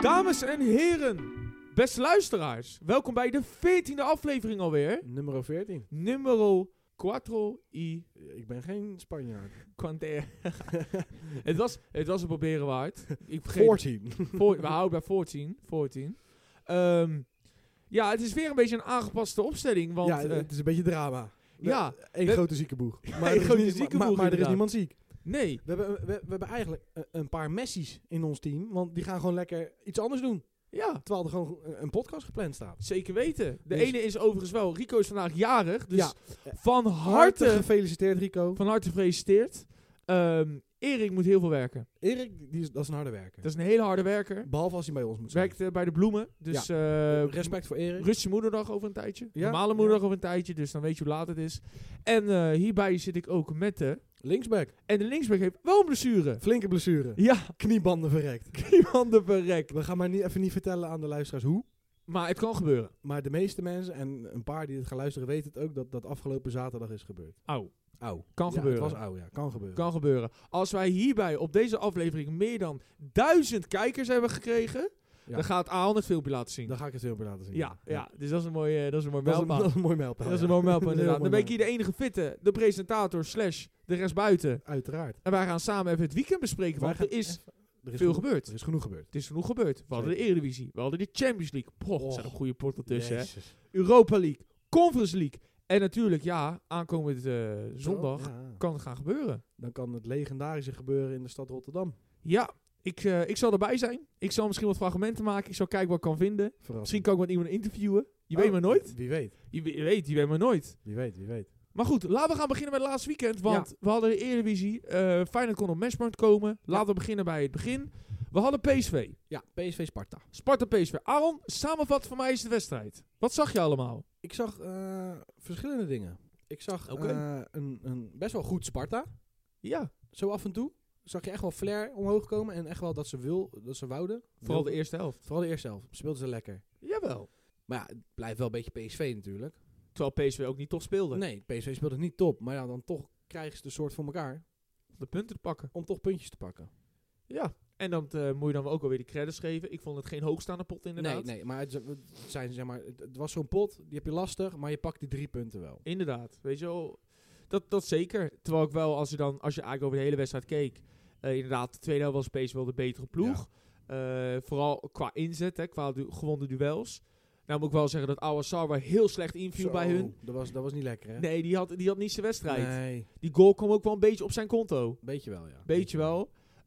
Dames en heren, beste luisteraars, welkom bij de 14e aflevering alweer. Nummer 14. Numero 4 y Ik ben geen Spanjaard. quante. het was een proberen waard. Ik vergeet 14. We houden bij 14. Ja, het is weer een beetje een aangepaste opstelling, want... Ja, het is een beetje drama. ja, Eén grote ziekenboeg. Maar, grote ziekenboeg, maar er is inderdaad. niemand ziek. nee. We hebben eigenlijk een paar Messi's in ons team. Want die gaan gewoon lekker iets anders doen. Ja, Terwijl er gewoon een podcast gepland staat. zeker weten. De Dus- ene is overigens wel, Rico is vandaag jarig, dus Ja. van Harte harte gefeliciteerd, Rico. gefeliciteerd. Erik moet heel veel werken. Erik, dat is een harde werker. Dat is een hele harde werker. Behalve als hij bij ons moet zijn. Werkt bij de bloemen. Dus Respect voor Erik. rust je moederdag over een tijdje. Ja, Normale moederdag ja. over een tijdje. Dus dan weet je hoe laat het is. En hierbij zit ik ook met de... Linksback. En de linksback heeft wel een blessure. Flinke blessure. Ja, Kniebanden verrekt. iemand verrekt. We gaan maar even niet vertellen aan de luisteraars hoe. Maar het kan gebeuren. Maar de meeste mensen, en een paar die het gaan luisteren, weten het ook, dat afgelopen zaterdag is gebeurd. Auw. Auw. Kan Ja, gebeuren. Het was auw, ja. Kan gebeuren. Kan gebeuren. Als wij hierbij op deze aflevering meer dan 1000 kijkers hebben gekregen... Ja. dan gaat Aaron het filmpje laten zien. Dan ga ik het filmpje laten zien. Ja. Dus dat is een mooi Dat is een mijlpaal. mooi mijlpaal. Dat is ja. een mooi mijlpaal Een heel inderdaad. Dan mooi ben ik hier de enige fitte, de presentator / de rest buiten. Uiteraard. En wij gaan samen even het weekend bespreken, want Wij er gaan is Er is veel genoeg- gebeurd. Er is genoeg gebeurd. Het is genoeg gebeurd. We hadden de Eredivisie, we hadden de Champions League. Poh, er zijn ook goede potten tussen. Hè? Jezus. Europa League, Conference League. En natuurlijk, ja, aankomend zondag Ja. kan het gaan gebeuren. Dan kan het legendarische gebeuren in de stad Rotterdam. Ja, ik zal erbij zijn. Ik zal misschien wat fragmenten maken. Ik zal kijken wat ik kan vinden. Verrassend. Misschien kan ik met iemand interviewen. Je Oh, weet maar nooit. Wie weet. Je weet maar nooit. Wie weet, wie weet. Maar goed, laten we gaan beginnen met het laatste weekend. Want we hadden de Eredivisie. Feyenoord kon op matchpoint komen. Laten we beginnen bij het begin. We hadden PSV. Ja, PSV Sparta. Sparta PSV. Aaron, samenvat voor mij is de wedstrijd. Wat zag je allemaal? Ik zag verschillende dingen. Ik zag Oké. een best wel goed Sparta. Ja, Zo af en toe. Zag je echt wel flair omhoog komen. En echt wel dat ze wouden. vooral de eerste helft. Vooral de eerste helft. Speelden ze lekker. Jawel. Maar ja, het blijft wel een beetje PSV natuurlijk. Terwijl PSV ook niet top speelde. Nee, PSV speelde niet top. Maar ja, dan toch krijgen ze de soort voor elkaar. Om de punten te pakken. Om toch puntjes te pakken. Ja. En dan moet je dan ook alweer de credits geven. Ik vond het geen hoogstaande pot inderdaad. Nee, maar het was zo'n pot. Die heb je lastig. Maar je pakt die 3 punten wel. Inderdaad. Weet je wel. Dat zeker. Terwijl ik wel, als je eigenlijk over de hele wedstrijd keek. Inderdaad, de tweede helft was PSV wel de betere ploeg. Vooral qua inzet, hè, qua gewonnen duels. Nou moet ik wel zeggen dat Awassar heel slecht inviel bij hun. Dat was niet lekker, hè? Nee, die had niet zijn wedstrijd. Nee, Die goal kwam ook wel een beetje op zijn konto. beetje wel, ja. Beetje wel.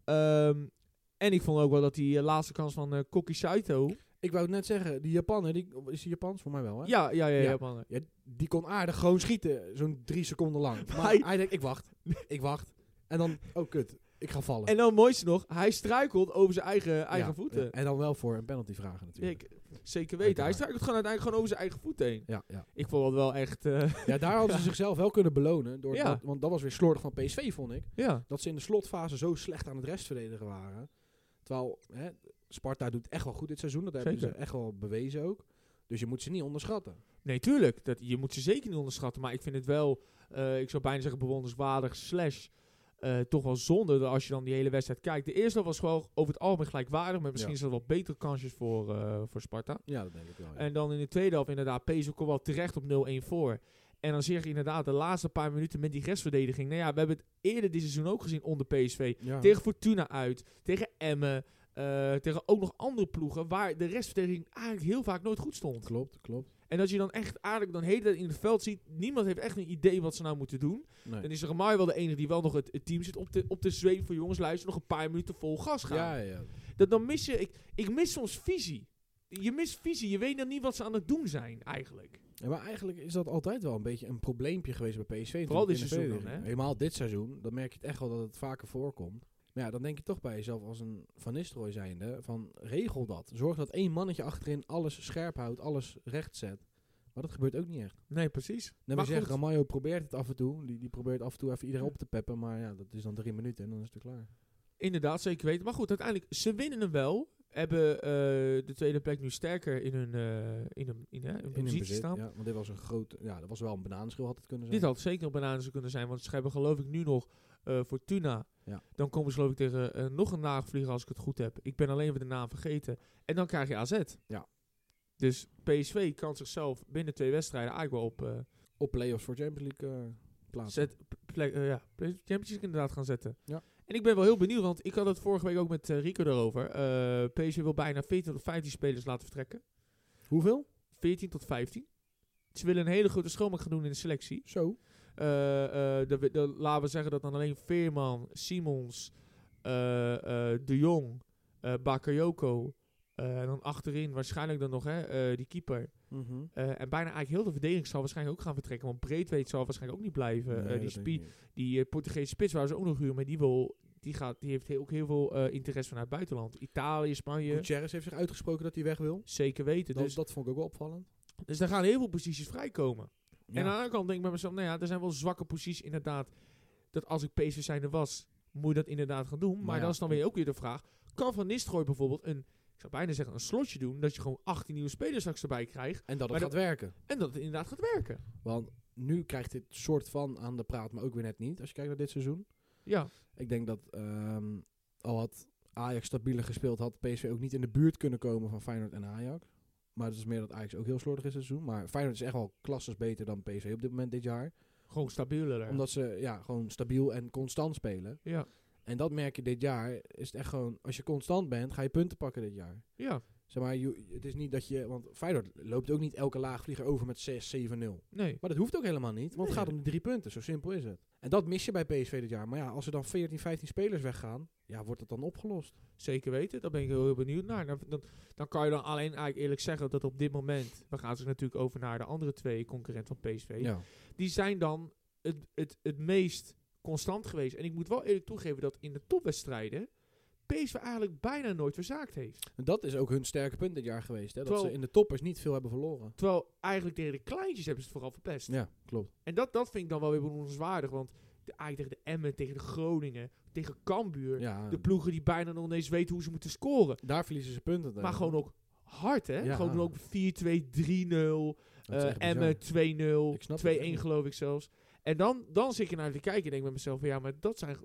En ik vond ook wel dat die laatste kans van Koki Saito... Ik wou het net zeggen, die Japaner, is die Japans? voor mij wel, hè? Ja, Ja. Japaner. Ja, die kon aardig gewoon schieten, zo'n 3 seconden lang. Maar hij- hij denkt, ik wacht. En dan, oh kut, ik ga vallen. En dan het mooiste nog, hij struikelt over zijn eigen Ja, voeten. ja. En dan wel voor een penalty vragen natuurlijk. Zeker weten. Hij Uiteraard. struikelt gewoon uiteindelijk gewoon over zijn eigen voeten heen. Ja. Ik vond dat wel echt... Ja, daar hadden ze zichzelf wel kunnen belonen. Ja. Want dat was weer slordig van PSV, vond ik. ja. Dat ze in de slotfase zo slecht aan het restverdedigen waren. Terwijl Sparta doet echt wel goed dit seizoen. Dat hebben ze Zeker. echt wel bewezen ook. Dus je moet ze niet onderschatten. Nee, tuurlijk. Je moet ze zeker niet onderschatten. Maar ik vind het wel, ik zou bijna zeggen bewonderenswaardig / toch wel zonde dat als je dan die hele wedstrijd kijkt. De eerste helft was gewoon over het algemeen gelijkwaardig. Met misschien zelfs wat betere kansjes voor Sparta. Ja, dat denk ik wel. Ja. En dan in de tweede helft inderdaad, PSV kwam wel terecht op 0-1 voor. En dan zeg je inderdaad de laatste paar minuten met die restverdediging. Nou ja, we hebben het eerder dit seizoen ook gezien onder PSV. Ja. Tegen Fortuna uit, tegen Emmen, tegen ook nog andere ploegen waar de restverdediging eigenlijk heel vaak nooit goed stond. Klopt. En dat je dan echt eigenlijk dan de hele tijd in het veld ziet, niemand heeft echt een idee wat ze nou moeten doen. Nee. Dan is Ramai wel de enige die wel nog het team zit op de zweep van jongens, luister, nog een paar minuten vol gas gaan. Ja. Dan mis je, ik mis soms visie. Je mist visie, je weet dan niet wat ze aan het doen zijn eigenlijk. Ja, maar eigenlijk is dat altijd wel een beetje een probleempje geweest bij PSV. Vooral dit in de seizoen dan, verdediging. hè? Helemaal dit seizoen. Dan merk je het echt wel dat het vaker voorkomt. Maar ja, dan denk je toch bij jezelf als een Van Nistelrooy zijnde van regel dat. Zorg dat 1 mannetje achterin alles scherp houdt, alles recht zet. Maar dat gebeurt ook niet echt. Nee, precies. Net Maar wie zegt, goed. Ramalho probeert het af en toe. Die probeert af en toe even iedereen op te peppen. Maar ja, dat is dan 3 minuten en dan is het klaar. Inderdaad, zeker weten. Maar goed, uiteindelijk, ze winnen hem wel. hebben de tweede plek nu sterker in hun positie staan. Ja, want dit was een groot... Ja, dat was wel een bananenschil had het kunnen zijn. Dit had zeker een bananenschil kunnen zijn, want ze hebben geloof ik nu nog Fortuna. Ja. Dan komen ze geloof ik tegen nog een laagvlieger als ik het goed heb. Ik ben alleen even de naam vergeten. En dan krijg je AZ. Ja. Dus PSV kan zichzelf binnen 2 wedstrijden eigenlijk wel op play-offs voor Champions League plaatsen. Champions League inderdaad gaan zetten. Ja. En ik ben wel heel benieuwd, want ik had het vorige week ook met Rico erover. PSV wil bijna 14 tot 15 spelers laten vertrekken. Hoeveel? 14 tot 15. Ze willen een hele grote schoonmaak gaan doen in de selectie. Zo. Laten we zeggen dat dan alleen Veerman, Simons, De Jong, Bakayoko... en dan achterin waarschijnlijk dan nog die keeper. Mm-hmm. En bijna eigenlijk heel de verdediging zal waarschijnlijk ook gaan vertrekken. Want Breedweit zal waarschijnlijk ook niet blijven. Nee, die Portugese spits waar ze ook nog huren. Maar die heeft ook heel veel interesse vanuit het buitenland. Italië, Spanje. Gutierrez heeft zich uitgesproken dat hij weg wil. Zeker weten. Dat vond ik ook wel opvallend. Dus daar gaan heel veel posities vrijkomen. Ja. En aan de andere kant denk ik bij mezelf, nou ja, er zijn wel zwakke posities inderdaad. Dat als ik PSV zijnde was, moet je dat inderdaad gaan doen. Maar ja, dan is dan weer ook weer de vraag. Kan Van Nistelrooy bijvoorbeeld ik zou bijna zeggen een slotje doen, dat je gewoon 18 nieuwe spelers straks erbij krijgt. En dat het gaat werken. En dat het inderdaad gaat werken. Want nu krijgt dit soort van aan de praat, maar ook weer net niet. Als je kijkt naar dit seizoen. Ja. Ik denk dat al had Ajax stabieler gespeeld, had PSV ook niet in de buurt kunnen komen van Feyenoord en Ajax. Maar het is meer dat Ajax ook heel slordig is dit seizoen. Maar Feyenoord is echt wel klasses beter dan PSV op dit moment dit jaar. Gewoon stabieler. Omdat ze gewoon stabiel en constant spelen. Ja. En dat merk je dit jaar. Is het echt gewoon, als je constant bent, ga je punten pakken dit jaar. Ja. Zeg maar, het is niet dat je... Want Feyenoord loopt ook niet elke laagvlieger over met 6-7-0. Nee. Maar dat hoeft ook helemaal niet. Want het gaat om de 3 punten. Zo simpel is het. En dat mis je bij PSV dit jaar. Maar ja, als er dan 14, 15 spelers weggaan... Ja, wordt het dan opgelost? Zeker weten. Daar ben ik heel benieuwd naar. Dan kan je dan alleen eigenlijk eerlijk zeggen dat op dit moment... We gaan dus natuurlijk over naar de andere 2 concurrenten van PSV. Ja. Die zijn dan het meest constant geweest. En ik moet wel eerlijk toegeven dat in de topwedstrijden... PSV eigenlijk bijna nooit verzaakt heeft. En dat is ook hun sterke punt dit jaar geweest. Hè? Dat Terwijl, ze in de toppers niet veel hebben verloren. Terwijl eigenlijk tegen de kleintjes hebben ze het vooral verpest. Ja, klopt. En dat vind ik dan wel weer bewonderenswaardig. Want eigenlijk tegen de Emmen, tegen de Groningen, tegen Cambuur. Ja, De ploegen die bijna nog eens weten hoe ze moeten scoren. daar verliezen ze punten tegen. Maar gewoon ook hard, hè? Ja. Gewoon ook 4-2, 3-0. Emmen 2-0. 2-1 geloof ik zelfs. En dan zit je naar te kijken en denk bij mezelf... Ja, maar dat zijn...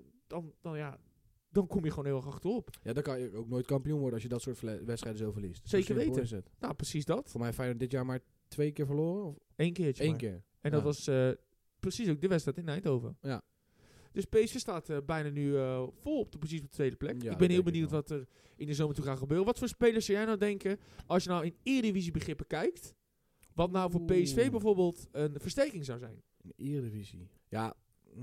Dan kom je gewoon heel erg achterop. Ja, dan kan je ook nooit kampioen worden als je dat soort wedstrijden zo verliest. Zeker Zo weten. is het. Nou, precies dat. Voor mij Feyenoord dit jaar maar 2 keer verloren? Of 1 keertje 1 maar. keer. En dat was precies ook de wedstrijd in Eindhoven. Ja. Dus PSV staat bijna nu vol op de positie op de tweede plek. Ja, ik ben heel denk ik benieuwd wel. wat er in de zomer toe gaat gebeuren. Wat voor spelers zou jij nou denken, als je nou in Eredivisie begrippen kijkt, wat nou voor PSV bijvoorbeeld een versterking zou zijn? In de Eredivisie. Ja,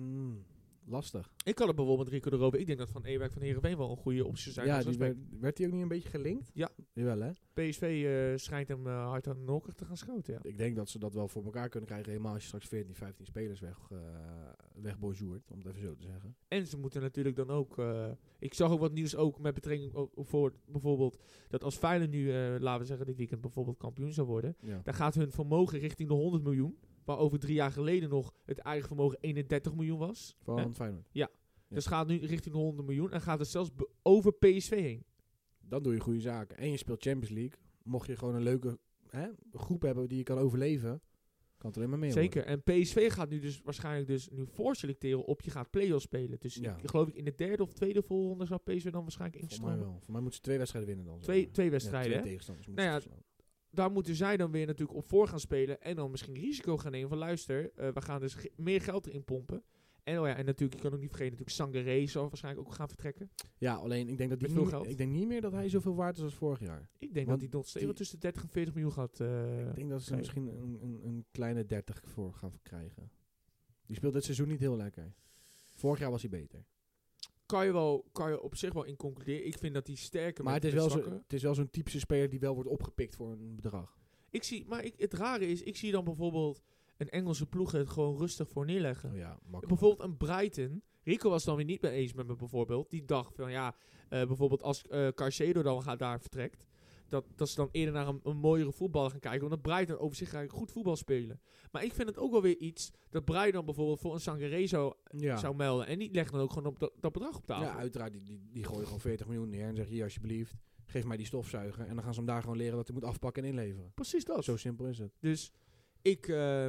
lastig. Ik had het bijvoorbeeld Rico erover. Ik denk dat Van Ewijk van Heerenveen wel een goede optie zou zijn. Ja, als die aspect. werd hij ook niet een beetje gelinkt? Ja. Jawel, hè? PSV schijnt hem hard aan nokkig te gaan schoten, ja. Ik denk dat ze dat wel voor elkaar kunnen krijgen. Helemaal als je straks 14, 15 spelers wegbonjourd, om het even zo te zeggen. En ze moeten natuurlijk dan ook... ik zag ook wat nieuws ook met betrekking voor bijvoorbeeld... dat als Feyenoord nu, laten we zeggen, dit weekend bijvoorbeeld kampioen zou worden... Ja. dan gaat hun vermogen richting de 100 miljoen. Waar over 3 jaar geleden nog het eigen vermogen 31 miljoen was. Van Feyenoord. Ja. Ja. Dus gaat nu richting de 100 miljoen en gaat het zelfs over PSV heen. Dan doe je goede zaken. En je speelt Champions League. Mocht je gewoon een leuke groep hebben die je kan overleven, kan het alleen maar meer Zeker. En PSV gaat nu dus waarschijnlijk nu voorselecteren op je gaat play-off spelen. Dus Ja. ik geloof in de derde of tweede voorronde zou PSV dan waarschijnlijk worden. Voor mij instromen. wel. Voor mij moeten ze 2 wedstrijden winnen dan. Twee wedstrijden, ja, 2 hè? tegenstanders moeten Nou ja, ze verslaan. Daar moeten zij dan weer natuurlijk op voor gaan spelen. En dan misschien risico gaan nemen van luister, we gaan dus meer geld erin pompen. En natuurlijk, je kan ook niet vergeten, natuurlijk Sangaré zal waarschijnlijk ook gaan vertrekken. Ja, alleen ik denk dat Met die veel niet, geld. Ik denk niet meer dat hij zoveel waard is als vorig jaar. Ik denk Want dat hij nog steeds wel tussen de 30 en 40 miljoen gaat. Ik denk dat ze krijgen. misschien een kleine 30 voor gaan krijgen. Die speelt dit seizoen niet heel lekker. Vorig jaar was hij beter. Kan je op zich wel in concluderen. Ik vind dat hij sterker Maar met het is wel zo'n typische speler die wel wordt opgepikt voor een bedrag. Het rare is, ik zie dan bijvoorbeeld een Engelse ploeg het gewoon rustig voor neerleggen. Oh ja, makkelijk. Bijvoorbeeld een Brighton. Rico was dan weer niet mee eens met me bijvoorbeeld. Die dacht van bijvoorbeeld als Caicedo dan daar vertrekt. Dat ze dan eerder naar een mooiere voetbal gaan kijken. Omdat Brighton over zich eigenlijk goed voetbal spelen. Maar ik vind het ook wel weer iets dat Brighton bijvoorbeeld voor een Sangaré zou melden. En die leggen dan ook gewoon op dat bedrag op tafel. Ja, uiteraard. Die gooien gewoon 40 miljoen neer en zeggen hier alsjeblieft. geef mij die stofzuiger. En dan gaan ze hem daar gewoon leren dat hij moet afpakken en inleveren. Precies dat. Zo simpel is het. Dus ik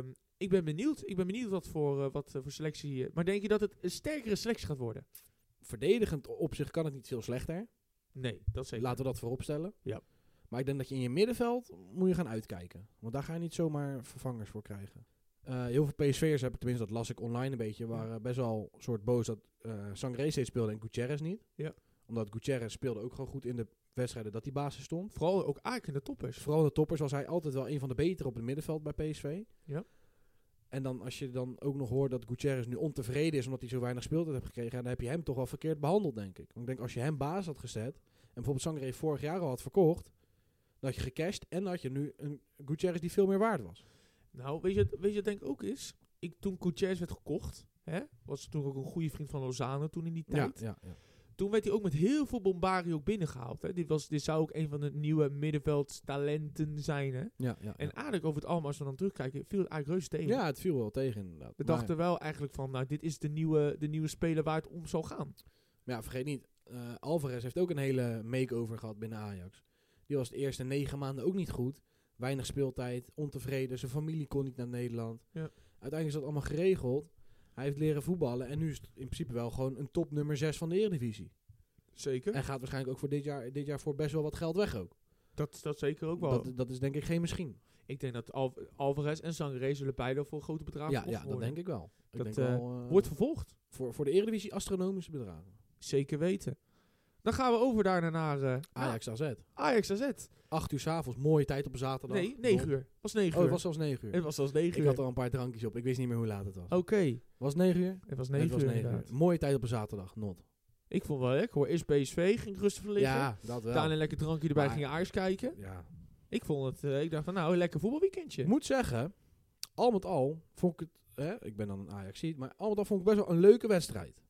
ben benieuwd. Ik ben benieuwd wat voor selectie... maar denk je dat het een sterkere selectie gaat worden? Verdedigend op zich kan het niet veel slechter. Nee, dat zeker. Laten we dat voorop stellen. Ja. Maar ik denk dat je in je middenveld moet je gaan uitkijken. Want daar ga je niet zomaar vervangers voor krijgen. Heel veel PSV'ers hebben, tenminste dat las ik online een beetje, waren best wel soort boos dat Sangaré steeds speelde en Gutierrez niet. Ja. Omdat Gutierrez speelde ook gewoon goed in de wedstrijden dat hij basis stond. Vooral ook eigenlijk in de toppers. Vooral in de toppers was hij altijd wel een van de betere op het middenveld bij PSV. Ja. En dan als je dan ook nog hoort dat Gutierrez nu ontevreden is omdat hij zo weinig speeltijd heeft gekregen, dan heb je hem toch wel verkeerd behandeld, denk ik. Want ik denk als je hem basis had gezet en bijvoorbeeld Sangaré vorig jaar al had verkocht, dan had je gecashed en dan had je nu een Gutierrez die veel meer waard was. Nou, weet je wat denk ik ook is? Toen Gutierrez werd gekocht, was toen ook een goede vriend van Lozano toen in die tijd. Ja. Toen werd hij ook met heel veel bombarie ook binnengehaald. Hè. Dit zou ook een van de nieuwe middenveldstalenten zijn. Hè. Ja. En eigenlijk over het allemaal, als we dan terugkijken, viel het eigenlijk reuze tegen. Ja, het viel wel tegen inderdaad. We dachten wel eigenlijk van, nou, dit is de nieuwe speler waar het om zal gaan. Maar ja, vergeet niet, Alvarez heeft ook een hele make-over gehad binnen Ajax. Die was de eerste 9 maanden ook niet goed. Weinig speeltijd, ontevreden, zijn familie kon niet naar Nederland. Ja. Uiteindelijk is dat allemaal geregeld. Hij heeft leren voetballen en nu is het in principe wel gewoon een top nummer 6 van de Eredivisie. Zeker. En gaat waarschijnlijk ook voor dit jaar voor best wel wat geld weg ook. Dat zeker ook wel. Dat is denk ik geen misschien. Ik denk dat Alvarez en Sangaré zullen beide voor grote bedragen Ja, worden. dat denk ik wel. Dat ik denk wel, wordt vervolgd. Voor de Eredivisie astronomische bedragen. Zeker weten. Dan gaan we over daarna naar Ajax AZ. Ajax AZ. 8 uur 's avonds, mooie tijd op een zaterdag. Nee, 9 uur. Het was 9 Oh, uur. het was zelfs 9 uur. Het was zelfs 9 Ik uur. had er al een paar drankjes op. Ik wist niet meer hoe laat het was. Oké. Was het 9 uur? Het was 9 uur inderdaad. Mooie tijd op een zaterdag, not. Ik vond het wel lekker hoor. Eerst PSV, ging ik rustig van liggen. Ja, dat wel. Daarna een lekker drankje erbij, Maar- ging Ajax kijken. Ja. Ik vond het, ik dacht van nou, een lekker voetbalweekendje. Ik moet zeggen, al met al vond ik het, ik ben dan een Ajaxiet, maar al met al vond ik best wel een leuke wedstrijd.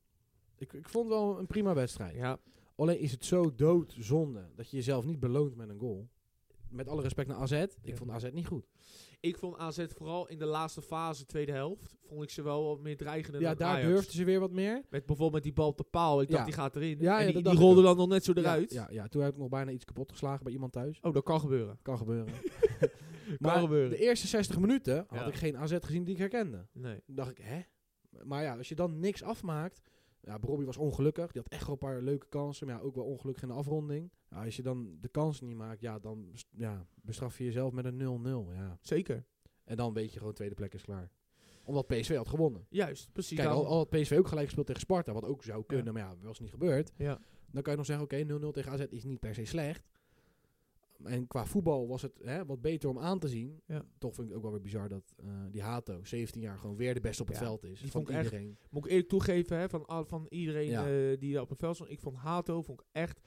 Ik vond het wel een prima wedstrijd. Ja, Alleen is het zo doodzonde dat je jezelf niet beloont met een goal. Met alle respect naar AZ, ik vond AZ niet goed. ik vond AZ vooral in de laatste fase, tweede helft, vond ik ze wel wat meer dreigender Ja, dan daar Ajax. durfden ze weer wat meer. Met bijvoorbeeld die bal op de paal. Ik dacht, Ja. die gaat erin. Ja, en ja, die, dat die dacht rolde ik dan nog net zo eruit. Ja, toen heb ik nog bijna iets kapot geslagen bij iemand thuis. Oh, dat kan gebeuren. Kan gebeuren. Kan Maar gebeuren. de eerste 60 minuten had Ja. ik geen AZ gezien die ik herkende. Nee. Dan dacht ik, hè? Maar ja, als je dan niks afmaakt. Ja, Robbie was ongelukkig. Die had echt wel een paar leuke kansen. Maar ja, ook wel ongelukkig in de afronding. Ja, als je dan de kans niet maakt, ja, dan bestraf je jezelf met een 0-0. Ja. Zeker. En dan weet je gewoon tweede plek is klaar. Omdat PSV had gewonnen. Juist, precies. Kijk, daarom- al had PSV ook gelijk gespeeld tegen Sparta. Wat ook zou kunnen, maar ja, was niet gebeurd. Ja. Dan kan je nog zeggen, oké, 0-0 tegen AZ is niet per se slecht. En qua voetbal was het wat beter om aan te zien. Ja. Toch vind ik het ook wel weer bizar dat die Hato, 17 jaar, gewoon weer de beste op het Ja, veld is. die Van vond ik echt- iedereen. Moet ik eerlijk toegeven, hè, van iedereen Ja. die daar op het veld stond. Ik vond Hato echt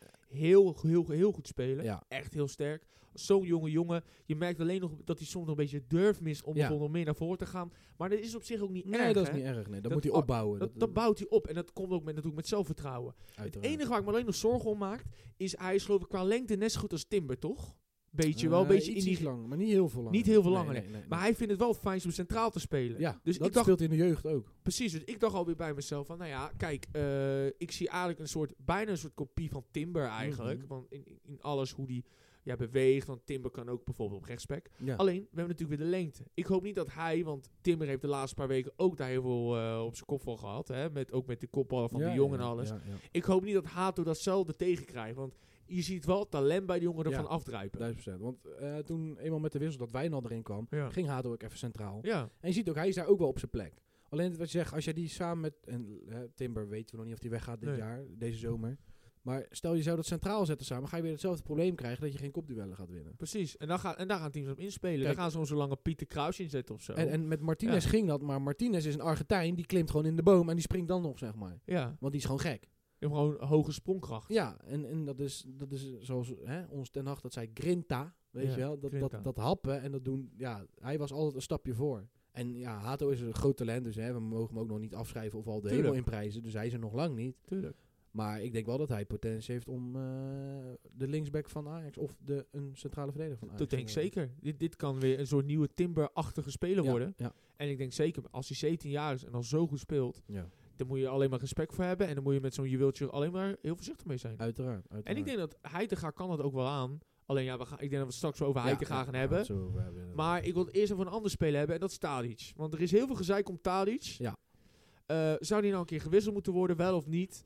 heel goed spelen. Ja. Echt heel sterk. Zo'n jonge jongen. Je merkt alleen nog dat hij soms nog een beetje durf mist om Ja. bijvoorbeeld nog meer naar voren te gaan. Maar dat is op zich ook niet Nee, erg. dat is hè. niet erg. Nee. Dat Dat- moet hij opbouwen. Dat bouwt hij op. En dat komt ook natuurlijk met zelfvertrouwen. uiteraard. Het enige waar ik me alleen nog zorgen om maak, is hij is geloof ik qua lengte net zo goed als Timber, toch? Beetje wel, een beetje in die... lang, maar niet heel veel lang. Niet heel veel langer, nee. Maar hij vindt het wel fijn om centraal te spelen. Ja, dus dat ik dacht, speelt in de jeugd ook. precies, dus ik dacht alweer bij mezelf van, nou ja, kijk, ik zie eigenlijk bijna een soort kopie van Timber eigenlijk. Mhm. Want in alles hoe die beweegt, want Timber kan ook bijvoorbeeld op rechtsback. Ja. Alleen, we hebben natuurlijk weer de lengte. Ik hoop niet dat hij, want Timber heeft de laatste paar weken ook daar heel veel op zijn kop van gehad. Hè, ook met de kopballen van de jongen en alles. Ja. Ik hoop niet dat Hato datzelfde tegenkrijgt, want je ziet wel talent bij de jongen ervan Ja. afdruipen. 1000%. Want toen eenmaal met de wissel dat Wijnald erin kwam, Ja. ging Hato ook even centraal. Ja, En je ziet ook, hij is daar ook wel op zijn plek. Alleen wat je zegt, als je die samen met... Timber weten we nog niet of hij weggaat dit Nee. jaar, deze zomer. Maar stel je zou dat centraal zetten samen, ga je weer hetzelfde probleem krijgen dat je geen kopduellen gaat winnen. precies. En daar gaan teams op inspelen. Kijk, Dan gaan ze zo'n lange Pieter Kruis inzetten of zo. En met Martinez ging dat, maar Martinez is een Argentijn, die klimt gewoon in de boom en die springt dan nog, zeg maar. ja, Want die is gewoon gek. je hebt gewoon hoge sprongkracht. Ja, en dat is zoals ons Ten Hag dat zei, grinta, weet Ja, je wel. grinta. Dat happen en dat doen, ja, hij was altijd een stapje voor. En ja, Hato is een groot talent, dus we mogen hem ook nog niet afschrijven of al de Tuurlijk. hemel inprijzen. Dus hij is er nog lang niet. Tuurlijk. Maar ik denk wel dat hij potentie heeft om de linksback van Ajax of een centrale verdediger van Ajax Dat denk ik te worden. zeker. Dit kan weer een soort nieuwe Timber-achtige speler Ja, worden. Ja, En ik denk zeker, als hij 17 jaar is en al zo goed speelt, ja. daar moet je alleen maar respect voor hebben. En dan moet je met zo'n juweeltje alleen maar heel voorzichtig mee zijn. Uiteraard. En ik denk dat Heitinga kan dat ook wel aan. Alleen ik denk dat we het straks over Heitinga gaan hebben. Maar ik wil het eerst over een ander speler hebben. En dat is Tadic. Want er is heel veel gezeik om Tadic. Ja. Zou die nou een keer gewisseld moeten worden, wel of niet?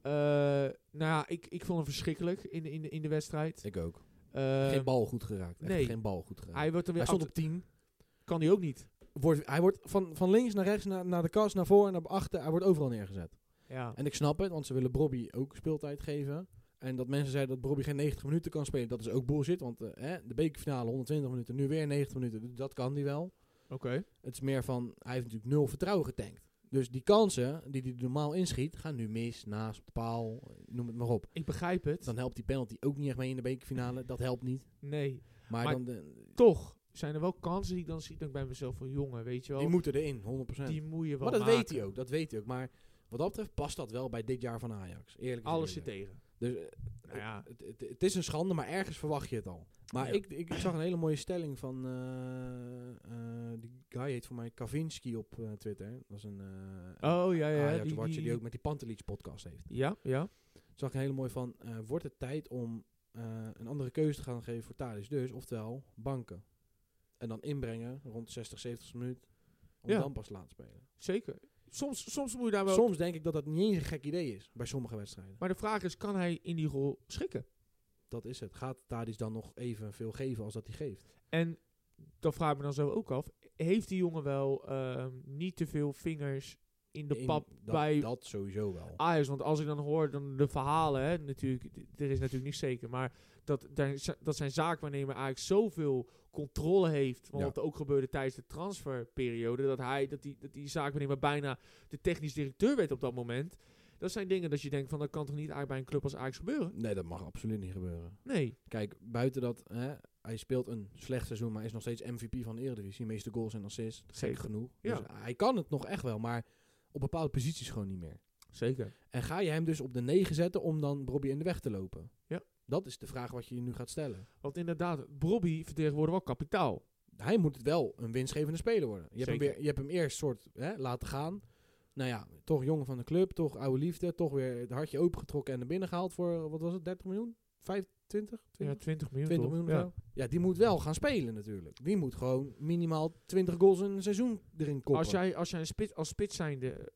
Ik vond hem verschrikkelijk in de wedstrijd. Ik ook. Geen bal goed geraakt. Nee. Geen bal goed geraakt. Hij wordt er weer Hij stond op 10. Kan hij ook niet. Hij wordt van links naar rechts, naar de kast, naar voren, naar achter. Hij wordt overal neergezet. Ja. En ik snap het, want ze willen Brobby ook speeltijd geven. En dat mensen zeiden dat Brobby geen 90 minuten kan spelen, dat is ook bullshit. Want de bekerfinale 120 minuten, nu weer 90 minuten. Dat kan hij wel. Oké. Het is meer van, hij heeft natuurlijk 0 vertrouwen getankt. Dus die kansen die hij normaal inschiet, gaan nu mis, naast, op de paal, noem het maar op. Ik begrijp het. Dan helpt die penalty ook niet echt mee in de bekerfinale. Dat helpt niet. Nee. Maar toch zijn er wel kansen die ik dan zie. Dan bij mezelf van jongen, weet je wel. Die moeten erin, 100%. Die moet je wel maar dat maken. weet hij ook. Maar wat dat betreft past dat wel bij dit jaar van Ajax. Eerlijk Alles zit gezegd. tegen. Dus het is een schande, maar ergens verwacht je het al. Maar ik zag een hele mooie stelling van die guy heet voor mij Kavinski op Twitter. Dat is een Ajax-watcher die ook met die Pantelic podcast heeft. Ja. Zag ik een hele mooie van, wordt het tijd om een andere keuze te gaan geven voor Tadic. Dus, oftewel, banken. En dan inbrengen rond 60, 70 minuut. Om dan pas te laten spelen. Zeker. Soms moet je daar wel... Soms denk ik dat dat niet eens een gek idee is bij sommige wedstrijden. Maar de vraag is, kan hij in die rol schikken? Dat is het. Gaat Tadic dan nog even veel geven als dat hij geeft? En dan vraag ik me dan zo ook af. Heeft die jongen wel niet te veel vingers in de pap bij... Dat sowieso wel. Ajax, want als ik dan hoor dan de verhalen, hè, natuurlijk, er is natuurlijk niet zeker, maar dat zijn zaakwaarnemer eigenlijk zoveel controle heeft, want wat er ook gebeurde tijdens de transferperiode, dat die zaakwaarnemer bijna de technisch directeur werd op dat moment. Dat zijn dingen dat je denkt van, dat kan toch niet eigenlijk bij een club als Ajax gebeuren? Nee, dat mag absoluut niet gebeuren. Nee. Kijk, buiten dat, hij speelt een slecht seizoen, maar is nog steeds MVP van de Eredivisie. Meeste goals en assists, zeker genoeg. Ja. Dus hij kan het nog echt wel, maar op bepaalde posities gewoon niet meer. Zeker. En ga je hem dus op de 9 zetten om dan Brobby in de weg te lopen? Ja. Dat is de vraag wat je nu gaat stellen. Want inderdaad, Brobby vertegenwoordigt wel kapitaal. Hij moet wel een winstgevende speler worden. Je hebt hem eerst soort laten gaan. Nou ja, toch jongen van de club, toch oude liefde, toch weer het hartje opengetrokken en naar binnen gehaald voor, wat was het, 30 miljoen? 25? 20? Ja, 20 miljoen. 20 miljoen of zo. Ja, die moet wel gaan spelen natuurlijk. Die moet gewoon minimaal 20 goals in een seizoen erin koppen. Als jij als spits zijnde,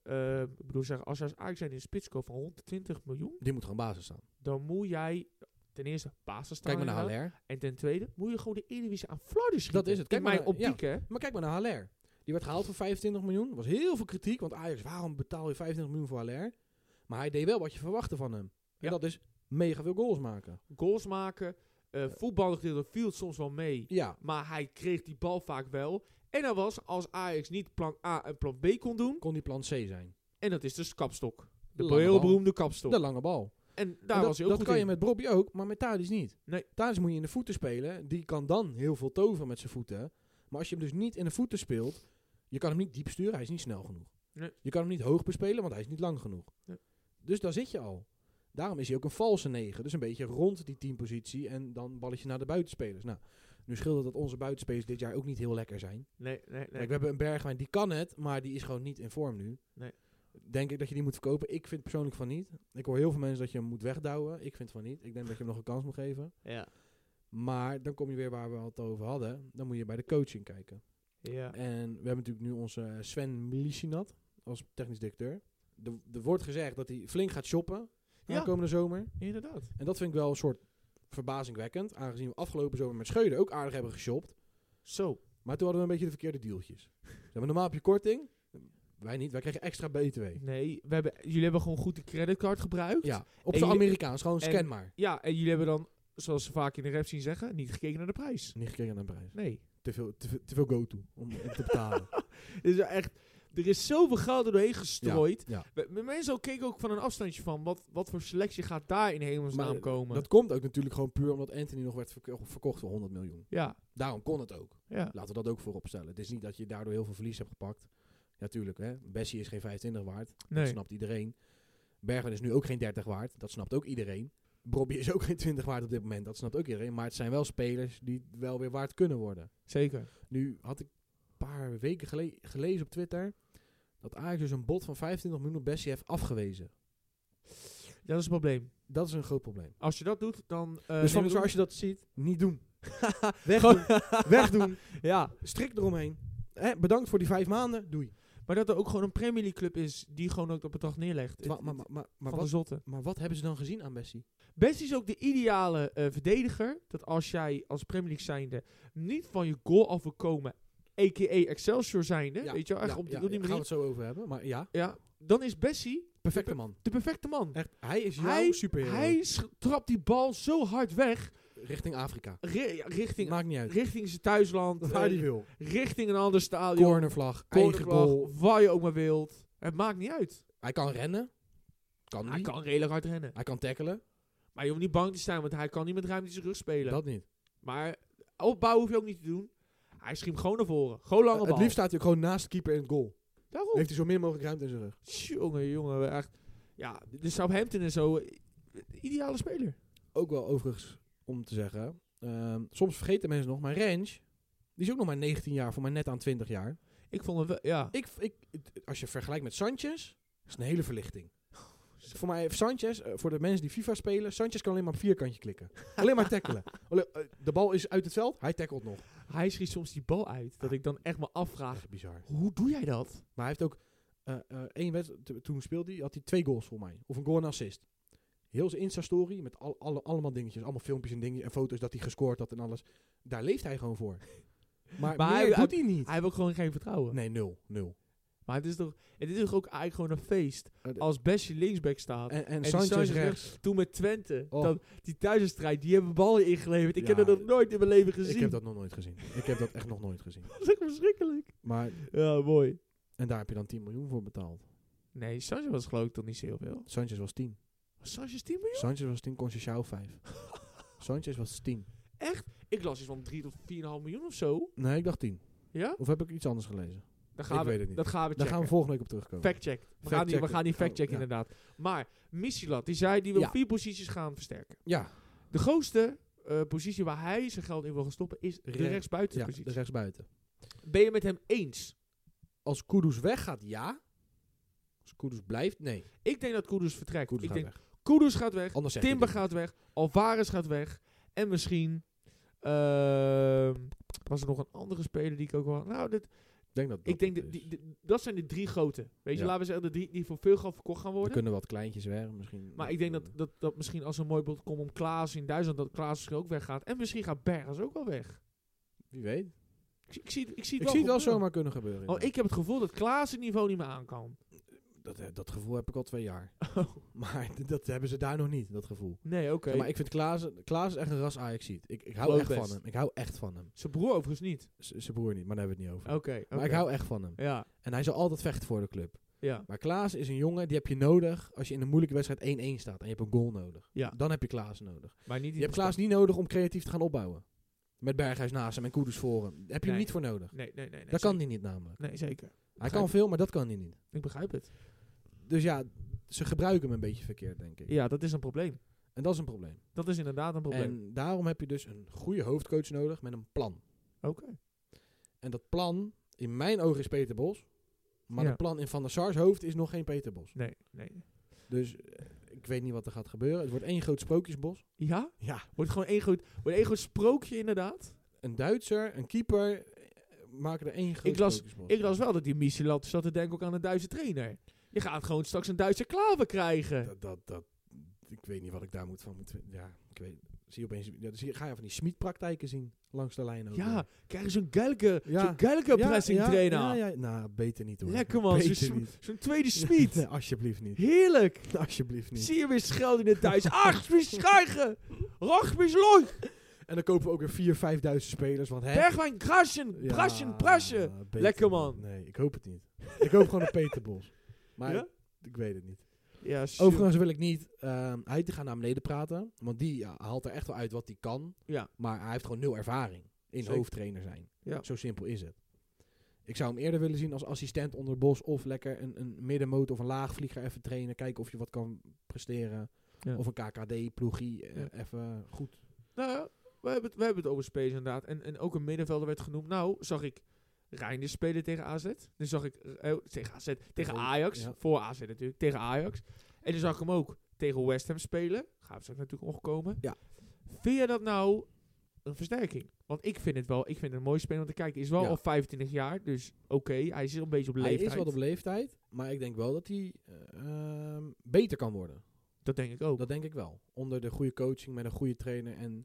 als jij als Ajax zijnde een spits koopt van 120 miljoen. Die moet gewoon basis staan. Dan moet jij ten eerste basis staan. Kijk maar naar Haller. En ten tweede moet je gewoon de Eredivisie aan flarden schieten. Dat is het. Kijk in mijn optiek, hè. Maar kijk maar naar Haller. Die werd gehaald voor 25 miljoen. Er was heel veel kritiek, want Ajax, waarom betaal je 25 miljoen voor Haller? Maar hij deed wel wat je verwachtte van hem. En dat is mega veel goals maken. Goals maken. Voetballig viel het soms wel mee. Ja. Maar hij kreeg die bal vaak wel. En dat was, als Ajax niet plan A en plan B kon doen, kon die plan C zijn. En dat is dus kapstok. De lange heel bal. beroemde kapstok. De lange bal. En daar was hij ook dat goed kan in. je met Brobby ook, maar met Tadic niet. Nee. Tadic moet je in de voeten spelen. Die kan dan heel veel toveren met zijn voeten. Maar als je hem dus niet in de voeten speelt, je kan hem niet diep sturen, hij is niet snel genoeg. Nee. Je kan hem niet hoog bespelen, want hij is niet lang genoeg. Nee. Dus daar zit je al. Daarom is hij ook een valse 9. Dus een beetje rond die teampositie en dan balletje naar de buitenspelers. Nou, nu scheelt het dat onze buitenspelers dit jaar ook niet heel lekker zijn. Nee. Kijk, we hebben een Bergwijn, die kan het, maar die is gewoon niet in vorm nu. Nee. Denk ik dat je die moet verkopen? Ik vind persoonlijk van niet. Ik hoor heel veel mensen dat je hem moet wegdouwen. Ik vind van niet. Ik denk dat je hem nog een kans moet geven. Ja. Maar dan kom je weer waar we het over hadden. Dan moet je bij de coaching kijken. Ja. En we hebben natuurlijk nu onze Sven Milicinat als technisch directeur. Er wordt gezegd dat hij flink gaat shoppen komende zomer. Inderdaad. En dat vind ik wel een soort verbazingwekkend. Aangezien we afgelopen zomer met Schreuder ook aardig hebben geshopt. Zo. Maar toen hadden we een beetje de verkeerde dealtjes. Normaal heb je korting. Wij niet. Wij kregen extra BTW. Nee, jullie hebben gewoon goed de creditcard gebruikt. Ja, op zijn Amerikaans. Gewoon scan maar. Ja, en jullie hebben dan, zoals ze vaak in de rap zien zeggen, niet gekeken naar de prijs. Niet gekeken naar de prijs. Nee. Te veel go-to om te betalen. Dus echt, er is zoveel geld er doorheen gestrooid. Ja. Mensen keken ook van een afstandje van, wat voor selectie gaat daar in hemelsnaam komen? Dat komt ook natuurlijk gewoon puur omdat Anthony nog werd verkocht voor 100 miljoen. Ja. Daarom kon het ook. Ja. Laten we dat ook voorop stellen. Het is niet dat je daardoor heel veel verlies hebt gepakt. Ja, tuurlijk. Hè. Bessie is geen 25 waard. Nee. Dat snapt iedereen. Bergwijn is nu ook geen 30 waard. Dat snapt ook iedereen. Brobby is ook geen 20 waard op dit moment. Dat snapt ook iedereen. Maar het zijn wel spelers die wel weer waard kunnen worden. Zeker. Nu had ik een paar weken gelezen op Twitter dat Ajax dus een bod van 25 miljoen op Bessie heeft afgewezen. Ja, dat is een probleem. Dat is een groot probleem. Als je dat doet, dan... Dus neem ik zoals je dat ziet, niet doen. Gewoon- Wegdoen. Ja, Strik eromheen. Bedankt voor die 5 maanden. Doei. maar dat er ook gewoon een Premier League club is die gewoon ook dat bedrag neerlegt. Maar Van de wat, zotte. maar wat hebben ze dan gezien aan Bessie? Bessie is ook de ideale verdediger. Dat als jij als Premier League zijnde niet van je goal af wil komen, a.k.a. Excelsior zijnde, weet je wel, echt op die daar ultieme gaan we manier. het zo over hebben. Maar ja, Ja, dan is Bessie perfecte man. de perfecte man. Echt, hij is jouw superhero. Hij trapt die bal zo hard weg Richting Afrika. richting, Maakt niet uit. richting zijn thuisland, Waar die wil. richting een ander stadion, Cornervlag, eigen goal. waar je ook maar wilt. Het maakt niet uit. Hij kan rennen. Hij Hij kan redelijk hard rennen. kan tackelen. Maar je hoeft niet bang te zijn, want hij kan niet met ruimte in zijn rug spelen. Dat niet. Maar opbouwen hoef je ook niet te doen. Hij schiet hem gewoon naar voren. Gewoon lange bal. Het liefst staat hij ook gewoon naast de keeper in het goal. Daarom. Dan heeft hij zo min mogelijk ruimte in zijn rug. Jongen, echt. Ja, de Southampton en zo. Ideale speler. Ook wel overigens om te zeggen. Soms vergeten mensen nog, maar Range, die is ook nog maar 19 jaar, voor mij net aan 20 jaar. Ik vond het wel, ja. Als je vergelijkt met Sanchez, is het een hele verlichting. Voor mij, Sanchez, voor de mensen die FIFA spelen, Sanchez kan alleen maar op vierkantje klikken. Alleen maar tackelen. De bal is uit het veld, hij tackelt nog. Hij schiet soms die bal uit. Dat ik dan echt me afvraag. Echt bizar. Hoe doe jij dat? Maar hij heeft ook één wedstrijd, toen speelde hij, had hij 2 goals voor mij. Of een goal en assist. Heel zijn Insta-story met allemaal dingetjes. Allemaal filmpjes en dingen en foto's dat hij gescoord had en alles. Daar leeft hij gewoon voor. Maar meer doet hij niet. Hij heeft ook gewoon geen vertrouwen. Nee, 0. Maar het is toch ook eigenlijk gewoon een feest. Als Bessie linksback staat. En die Sanchez rechts. Toen met Twente. Oh. Die thuisstrijd, die hebben ballen ingeleverd. Ik Ja, heb dat nog nooit in mijn leven gezien. Ik heb dat nog nooit gezien. Ik heb dat echt nog nooit gezien. Dat is echt verschrikkelijk. Maar, Ja, mooi. en daar heb je dan 10 miljoen voor betaald. Nee, Sanchez was geloof ik toch niet zo heel veel. Sanchez was 10. Was Sanchez 10 miljoen? Sanchez was 10, Conceição 5. Sanchez was 10. Echt? Ik las iets van 3 tot 4,5 miljoen of zo. Nee, ik dacht 10. Ja? Of heb ik iets anders gelezen? Dan weet het niet. Dat gaan we Daar checken. gaan we volgende week op terugkomen. Fact-check. We gaan die fact-checken Ja. inderdaad. Maar Missilat, die zei die wil Ja. 4 posities gaan versterken. Ja. De grootste positie waar hij zijn geld in wil gaan stoppen is de Ja, rechtsbuitenpositie. de rechtsbuiten. Ben je met hem eens? Als Kudus weggaat, ja. Als Kudus blijft, nee. Ik denk dat Kudus vertrekt. Kudus Ik gaat denk weg. Kudus gaat weg, Anders zegt Timber hij dit. gaat weg, Alvarez gaat weg. En misschien was er nog een andere speler die ik ook wel... Nou, Ik denk dat dat zijn de 3 grote. Weet je, Ja. laten we zeggen de 3 die voor veel geld verkocht gaan er worden. kunnen wat kleintjes weg. Misschien. Maar ik denk dat misschien als er een mooi bod komt om Klaas in Duitsland, dat Klaas misschien ook weggaat. En misschien gaat Bergers ook wel weg. Wie weet. Ik zie het Ik zie het wel wel gebeuren. zomaar kunnen gebeuren. Oh, ik heb het gevoel dat Klaas het niveau niet meer aan kan. Dat gevoel heb ik al 2 jaar. Maar dat hebben ze daar nog niet, dat gevoel. Nee, oké. Ja, maar ik vind Klaas is echt een ras Ajaxiet. Ik hou Geloof echt best. van hem. Ik hou echt van hem. Zijn broer overigens niet. Zijn broer niet, maar daar hebben we het niet over. Oké. Maar ik hou echt van hem. Ja, En hij zal altijd vechten voor de club. ja. Maar Klaas is een jongen, die heb je nodig als je in een moeilijke wedstrijd 1-1 staat. En je hebt een goal nodig. Ja. Dan heb je Klaas nodig. Maar niet Je hebt Klaas niet nodig om creatief te gaan opbouwen. Met Berghuis naast hem en Kudus voor hem. Daar heb je hem Nee. niet voor nodig. Nee. Dat kan hij niet namelijk. Nee, zeker. Hij kan veel, maar dat kan hij niet. Ik begrijp het. Dus ja, ze gebruiken hem een beetje verkeerd, denk ik. Ja, dat is een probleem. En dat is een probleem. Dat is inderdaad een probleem. En daarom heb je dus een goede hoofdcoach nodig met een plan. Oké. En dat plan, in mijn ogen, is Peter Bos. Maar Ja. het plan in Van der Sar's hoofd is nog geen Peter Bos. Nee. Dus ik weet niet wat er gaat gebeuren. Het wordt één groot sprookjesbos. Ja? Ja. Wordt gewoon één groot sprookje inderdaad? Een Duitser, een keeper, maken er één groot sprookjesbos. Ik las wel dat die Michelat zat te denken ook aan een Duitse trainer. Je gaat gewoon straks een Duitse klaver krijgen. Ik weet niet wat ik daar moet van moeten. Ja, ik weet. Zie je opeens, ga je van die Smit-praktijken zien langs de lijn ook. Ja, krijg je zo'n Gelke Ja. pressing trainer. Ja. Nou, beter niet hoor. Lekker man, Beter niet. zo'n tweede Smit. Nee, alsjeblieft niet. Heerlijk. Alsjeblieft niet. Zie je weer schelden in het Duits. Ach, wie schrijgen. Rach, wie leuk. En dan kopen we ook weer 4.000, 5.000 spelers. Want hè? Bergwijn, kraschen, Ja, prassen. beter Lekker, niet. man. Nee, ik hoop het niet. Ik hoop gewoon een Peter Bos. Maar Ja? ik weet het niet. Ja, Overigens wil ik niet hij te gaan naar beneden praten. Want die haalt er echt wel uit wat hij kan. Ja. Maar hij heeft gewoon 0 ervaring in Zeker. hoofdtrainer zijn. Ja. Zo simpel is het. Ik zou hem eerder willen zien als assistent onder Bos. Of lekker een middenmoot of een laagvlieger even trainen. Kijken of je wat kan presteren. Ja. Of een KKD-ploegie. Ja. Even goed. Nou, we hebben het over spelers inderdaad. En ook een middenvelder werd genoemd. Nou, zag ik Reinders spelen tegen AZ. Dan zag ik... tegen AZ. Tegen Ajax. Ja. Voor AZ natuurlijk. Tegen Ajax. En dan zag ik hem ook tegen West Ham spelen. Gaan we straks natuurlijk nog komen. Ja. Vind je dat nou een versterking? Want ik vind het een mooi speler om te kijken. Hij is wel al 25 jaar. Dus oké, hij is een beetje op leeftijd. Hij is wat op leeftijd. Maar ik denk wel dat hij beter kan worden. Dat denk ik ook. Dat denk ik wel. Onder de goede coaching, met een goede trainer. En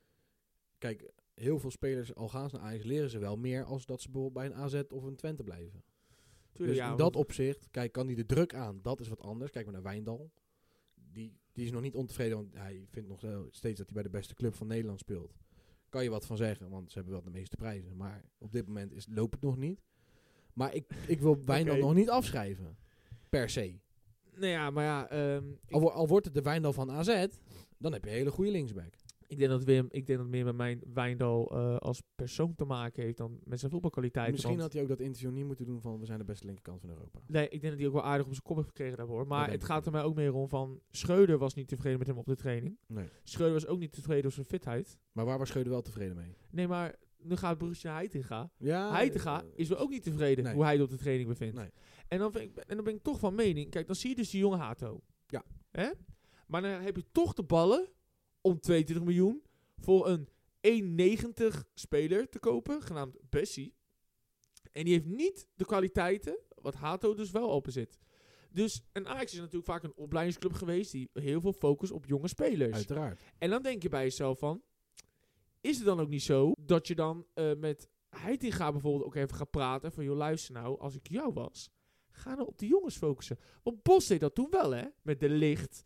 kijk, heel veel spelers, al gaan ze naar Ajax, leren ze wel meer als dat ze bijvoorbeeld bij een AZ of een Twente blijven. Tuurlijk, dus in dat opzicht, kijk, kan hij de druk aan. Dat is wat anders. Kijk maar naar Wijndal. Die is nog niet ontevreden, want hij vindt nog steeds dat hij bij de beste club van Nederland speelt. Kan je wat van zeggen, want ze hebben wel de meeste prijzen. Maar op dit moment loopt het nog niet. Maar ik wil Wijndal nog niet afschrijven. Per se. Nee, ja, maar ja... Al wordt het de Wijndal van AZ, dan heb je een hele goede linksback. Ik denk dat meer met mijn Wijndal als persoon te maken heeft dan met zijn voetbalkwaliteit. Misschien had hij ook dat interview niet moeten doen van we zijn de beste linkerkant van Europa. Nee, ik denk dat hij ook wel aardig op zijn kop heeft gekregen daarvoor. Maar Dat het denk gaat ik er mij ook meer om van... Schreuder was niet tevreden met hem op de training. Nee. Schreuder was ook niet tevreden op zijn fitheid. Maar waar was Schreuder wel tevreden mee? Nee, maar nu gaat Borussia naar Heitinga. Ja, Heitinga is wel ook niet tevreden hoe hij het op de training bevindt. Nee. En dan ben ik toch van mening... Kijk, dan zie je dus die jonge Hato. Ja. Hè? Maar dan heb je toch de ballen om 22 miljoen voor een 1,90 speler te kopen, genaamd Bessie. En die heeft niet de kwaliteiten, wat Hato dus wel op bezit. Dus, en Ajax is natuurlijk vaak een opleidingsclub geweest die heel veel focus op jonge spelers. Uiteraard. En dan denk je bij jezelf van, is het dan ook niet zo dat je dan met Heitinga bijvoorbeeld ook even gaat praten van, joh, luister nou, als ik jou was, ga nou op de jongens focussen. Want Bos deed dat toen wel, hè, met De Ligt.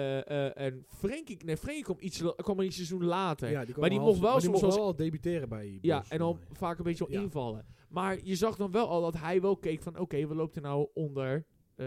En Frenkie kwam een seizoen later. Ja, maar die mocht wel soms al debuteren bij Bos. Ja, en dan vaak een beetje al invallen. Maar je zag dan wel al dat hij wel keek van... Oké, we lopen er nou onder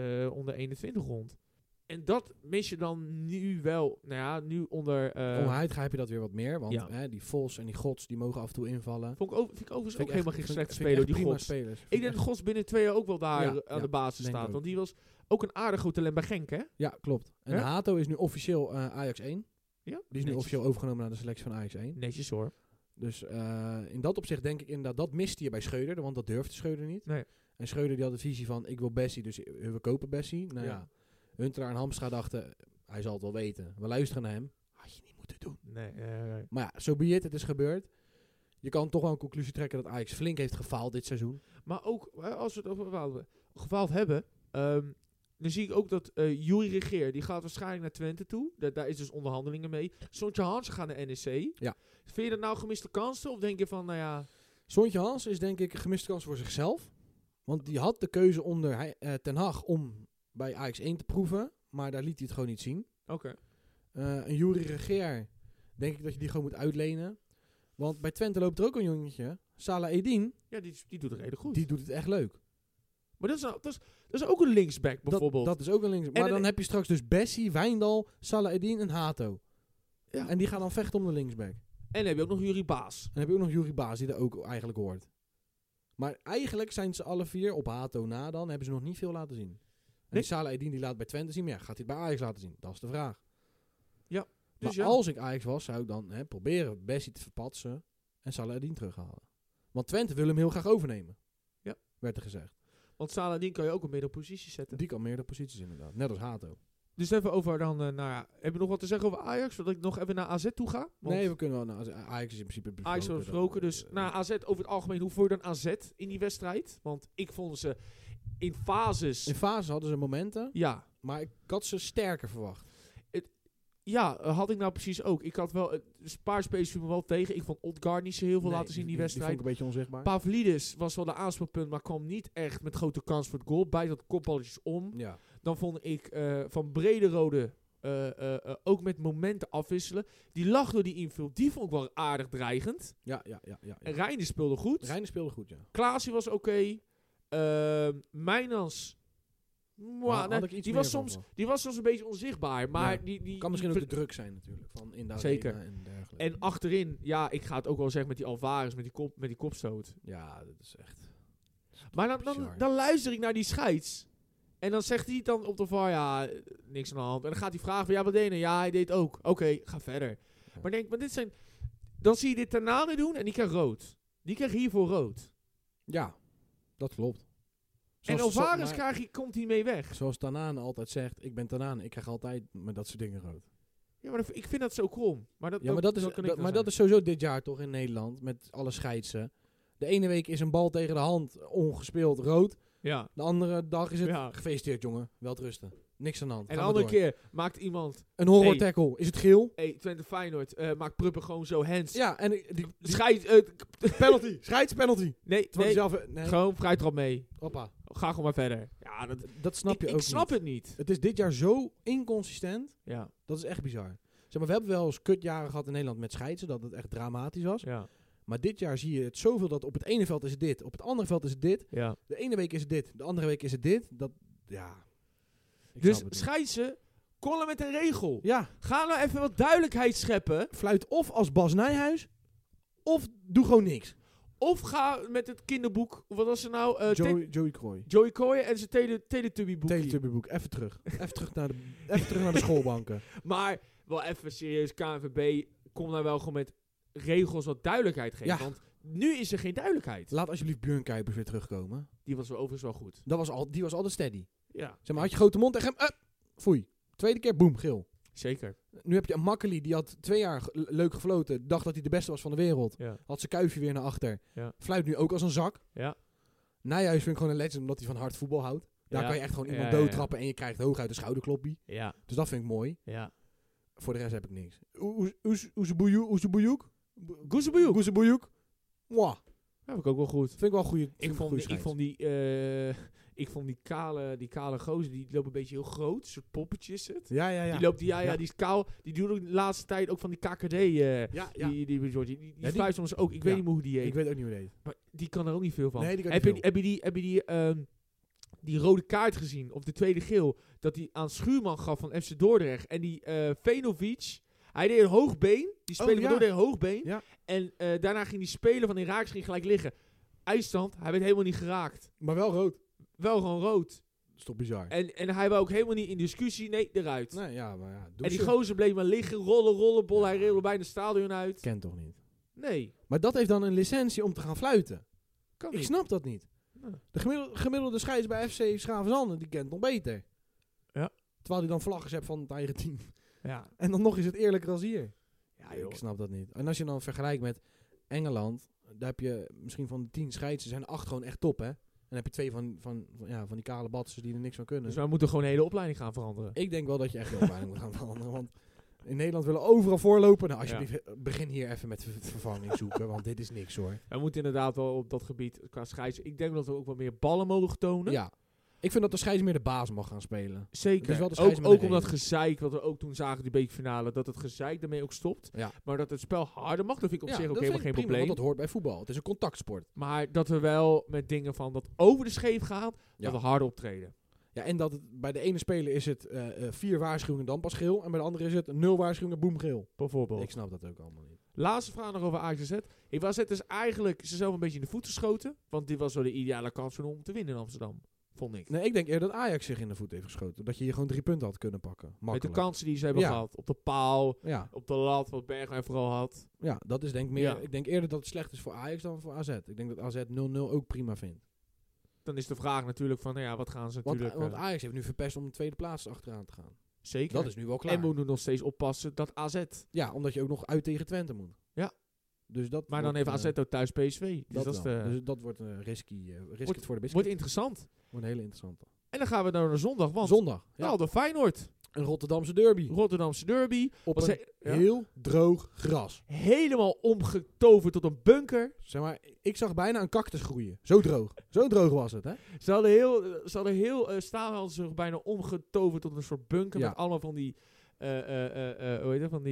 21 rond. En dat mis je dan nu wel... Nou ja, nu onder... Onder Heitinga heb je dat weer wat meer. Want die Vos en die Gods, die mogen af en toe invallen. Vind ik overigens ook helemaal geen slechte speler, die Gods. Ik denk dat Gods binnen 2 jaar ook wel daar aan de basis staat. Want die was ook een aardig goed talent bij Genk, hè? Ja, klopt. En Hato is nu officieel Ajax 1. Ja? Die is nu officieel overgenomen naar de selectie van Ajax 1. Netjes hoor. Dus in dat opzicht denk ik inderdaad, dat miste je bij Schreuder. Want dat durfde Schreuder niet. Nee. En Schreuder die had de visie van, ik wil Bessie, dus we kopen Bessie. Nou ja, Huntelaar en Hamstra dachten, hij zal het wel weten. We luisteren naar hem. Had je niet moeten doen. Nee. Maar ja, so be it, het is gebeurd. Je kan toch wel een conclusie trekken dat Ajax flink heeft gefaald dit seizoen. Maar ook, als we het over gefaald hebben... dan zie ik ook dat Yuri Regeer, die gaat waarschijnlijk naar Twente toe. Daar is dus onderhandelingen mee. Sontje Hansen gaat naar NEC. Ja. Vind je dat nou gemiste kansen? Of denk je van, nou ja... Sontje Hansen is denk ik een gemiste kans voor zichzelf. Want die had de keuze onder Ten Hag om bij Ajax 1 te proeven. Maar daar liet hij het gewoon niet zien. Oké. Een Yuri Regeer, denk ik dat je die gewoon moet uitlenen. Want bij Twente loopt er ook een jongetje. Salah Eddin. Ja, die doet het redelijk goed. Die doet het echt leuk. Maar dat is ook een linksback bijvoorbeeld. Dat is ook een linksback. Maar dan heb je straks dus Bessie, Wijndal, Salah Eddin en Hato. Ja. En die gaan dan vechten om de linksback. En dan heb je ook nog Yuri Baas. En dan heb je ook nog Yuri Baas die daar ook eigenlijk hoort. Maar eigenlijk zijn ze alle 4 op Hato na dan. Hebben ze nog niet veel laten zien. En die Salah Eddin die laat bij Twente zien. Maar ja, gaat hij het bij Ajax laten zien? Dat is de vraag. Ja. Dus maar als ik Ajax was, zou ik dan proberen Bessie te verpatsen. En Salah Eddin terughalen. Want Twente wil hem heel graag overnemen. Ja. Werd er gezegd. Want Saladin kan je ook op meerdere posities zetten. Die kan meerdere posities inderdaad. Net als Hato. Dus even over dan... heb je nog wat te zeggen over Ajax? Zodat ik nog even naar AZ toe ga? Want nee, we kunnen wel naar Ajax is in principe besproken. Ajax is besproken. Dus naar AZ over het algemeen. Hoe vond je dan AZ in die wedstrijd? Want ik vond ze in fases... In fases hadden ze momenten. Ja. Maar ik had ze sterker verwacht. Had ik nou precies ook. Ik had wel... een paar spelers viel me wel tegen. Ik vond Odgaard niet zo heel veel laten zien in die wedstrijd. Die vond ik een beetje onzichtbaar. Pavlidis was wel de aanspeelpunt, maar kwam niet echt met grote kans voor het goal. Bij dat kopballetjes om. Ja. Dan vond ik van Brederode ook met momenten afwisselen. Die lag door die infield. Die vond ik wel aardig dreigend. Ja. En Reijnen speelde goed. Ja. Klaasie was oké. Mijnans... Die was soms een beetje onzichtbaar. Maar die kan misschien ook de druk zijn natuurlijk. Van in de zeker. En dergelijke. En achterin, ja, ik ga het ook wel zeggen met die Alvarez, met die kopstoot. Ja, dat is echt... Maar dan luister ik naar die scheids. En dan zegt hij dan op de VAR, ja, niks aan de hand. En dan gaat hij vragen van, ja, wat deed hij? Ja, hij deed ook. Oké, ga verder. Ja. Maar denk, maar dit zijn... Dan zie je dit Tanane doen en die krijgt rood. Die krijgt hiervoor rood. Ja, dat klopt. En Zoals- Alvarez komt hij mee weg. Zoals Tanane altijd zegt, ik ben Tanane, ik krijg altijd met dat soort dingen rood. Ja, maar ik vind dat zo krom. Maar dat, Ja, maar dat is sowieso dit jaar toch in Nederland, met alle scheidsen. De ene week is een bal tegen de hand, ongespeeld, rood. Ja. De andere dag is het, Ja. gefeliciteerd jongen, welterusten. Niks aan de hand. En de Gaan we andere door. keer maakt iemand... Een horror Hey. tackle, is het geel? Twente Feyenoord maakt Prupper gewoon zo hands. Ja, en die Penalty. scheidspenalty. Nee, Terwijl nee. hij zelf, nee. Gewoon vrijtrap mee. Hoppa. Ga gewoon maar verder. Ja, Dat snap je ook ik snap niet. het niet. Het is dit jaar zo inconsistent, Ja. dat is echt bizar. Zeg maar, we hebben wel eens kutjaren gehad in Nederland met scheidsen, dat het echt dramatisch was. Ja. Maar dit jaar zie je het zoveel dat op het ene veld is het dit, op het andere veld is het dit. Ja. De ene week is het dit, de andere week is het dit. Dat, ja. Ik Dus snap het niet. scheidsen, kollen met een regel. Ja, Ga nou even wat duidelijkheid scheppen. fluit of als Bas Nijhuis, of doe gewoon niks. Of ga met het kinderboek. Wat was er nou? Joey Croy. Joey Coy en zijn Teletubby boekje. Teletubbyboek, even terug. Even terug naar de schoolbanken. Maar wel even serieus, KNVB, kom nou wel gewoon met regels wat duidelijkheid geven. Ja. Want nu is er geen duidelijkheid. Laat alsjeblieft Björn Kuipers weer terugkomen. Die was wel overigens wel goed. Die was altijd steady. Ja, Zeg maar, had je grote mond tegen hem, foei. Tweede keer, boem, geel. zeker. Nu heb je een Makkeli, die had 2 jaar leuk gefloten. Dacht dat hij de beste was van de wereld. Ja. Had zijn kuifje weer naar achter. Ja. Fluit nu ook als een zak. Ja. Nijhuis vind ik gewoon een legend, omdat hij van hard voetbal houdt. Daar Ja. kan je echt gewoon iemand Ja, ja, ja. doodtrappen en je krijgt hooguit een schouderkloppie. Ja. Dus dat vind ik mooi. Ja. Voor de rest heb ik niks. Oezeboejoek? Goezeboejoek. Goezeboejoek? Mwah. Heb ik ook wel goed. Vind ik wel een goede Ik vond die kale gozer, die loopt een beetje heel groot. Een soort poppetje is het. Ja. Die loopt, die Ja. is kaal. Die doet ook de laatste tijd ook van die KKD. Ja. Die die- fluit soms ook. Ik weet Ja. niet meer hoe die heet. Ik weet ook niet hoe het heet. Maar die kan er ook niet veel van. Nee, die kan heb, niet je, veel. heb je die rode kaart gezien? Of de tweede geel? Dat hij aan Schuurman gaf van FC Dordrecht. En die Venovic, hij deed een hoogbeen. Die speler ja. deed een hoogbeen. Ja. En daarna ging die speler van Iraaks gelijk liggen. Eindstand, hij werd helemaal niet geraakt. Maar wel rood. Wel gewoon rood. Dat is toch bizar? En hij wou ook helemaal niet in discussie. Nee, eruit. Nee, ja, maar ja. En die gozer bleef maar liggen, rollen, bollen. Hij reelde bijna het stadion uit. Ken toch niet. Nee, Maar dat heeft dan een licentie om te gaan fluiten. kan Ik niet. snap dat niet. Nee. De gemiddelde scheids bij FC Schravenzanden, die kent nog beter. Ja. Terwijl hij dan vlaggers hebt van het eigen team. Ja, En dan nog is het eerlijker als hier. ja joh. Ik snap dat niet. En als je dan vergelijkt met Engeland, daar heb je misschien van de 10 scheidsen zijn 8 gewoon echt top, hè? En dan heb je 2 van die kale batsen die er niks van kunnen. Dus wij moeten gewoon de hele opleiding gaan veranderen. Ik denk wel dat je echt heel weinig moet gaan veranderen. Want in Nederland willen overal voorlopen. Nou, alsjeblieft, begin hier even met vervanging zoeken. Want dit is niks, hoor. Wij moeten inderdaad wel op dat gebied qua scheids. Ik denk dat we ook wat meer ballen mogen tonen. Ja. Ik vind dat de scheids meer de baas mag gaan spelen. Zeker. Dus wel de scheids met ook een om dat reden. gezeik, wat we ook toen zagen, die bekerfinale, dat het gezeik daarmee ook stopt. Ja. Maar dat het spel harder mag, dat vind ik op zich ook dat helemaal vind geen ik prima, probleem. want dat hoort bij voetbal. Het is een contactsport. Maar dat we wel met dingen van dat over de scheef gaat, Ja. dat we harder optreden. Ja, en dat het, bij de ene speler is het 4 waarschuwingen dan pas geel. En bij de andere is het 0 waarschuwingen, boem, geel. Bijvoorbeeld. Ik snap dat ook allemaal niet. Laatste vraag nog over AZ. Ik was het dus eigenlijk zichzelf een beetje in de voet geschoten. Want dit was wel de ideale kans voor hem om te winnen in Amsterdam. Vond ik. Nee, ik denk eerder dat Ajax zich in de voet heeft geschoten. Dat je hier gewoon 3 punten had kunnen pakken. Met de Makkelijk. kansen die ze hebben Ja. gehad. Op de paal, Ja. op de lat, wat Bergwijn vooral had. Ja, dat is denk ik meer. Ja. Ik denk eerder dat het slecht is voor Ajax dan voor AZ. Ik denk dat AZ 0-0 ook prima vindt. Dan is de vraag natuurlijk van, nou ja, wat gaan ze Want natuurlijk... Ajax heeft nu verpest om de tweede plaats achteraan te gaan. zeker. Dat is nu wel klaar. En we moeten nog steeds oppassen dat AZ. Ja, omdat je ook nog uit tegen Twente moet. Ja. Dus dat Maar dan wordt, heeft AZ ook thuis PSV. Dus dat is wel. de, Dus dat wordt risky voor de biscuit. wordt interessant. Wordt een hele interessante. En dan gaan we naar zondag. Want Zondag. Ja. nou, de Feyenoord. Een Rotterdamse derby. Rotterdamse derby. Op Was een ja, heel droog gras. helemaal omgetoverd tot een bunker. Zeg maar, ik zag bijna een cactus groeien. Zo droog. Zo droog was het, hè? Ze hadden heel stadion zich bijna omgetoverd tot een soort bunker. Ja. Met allemaal van die, hoe heet dat, van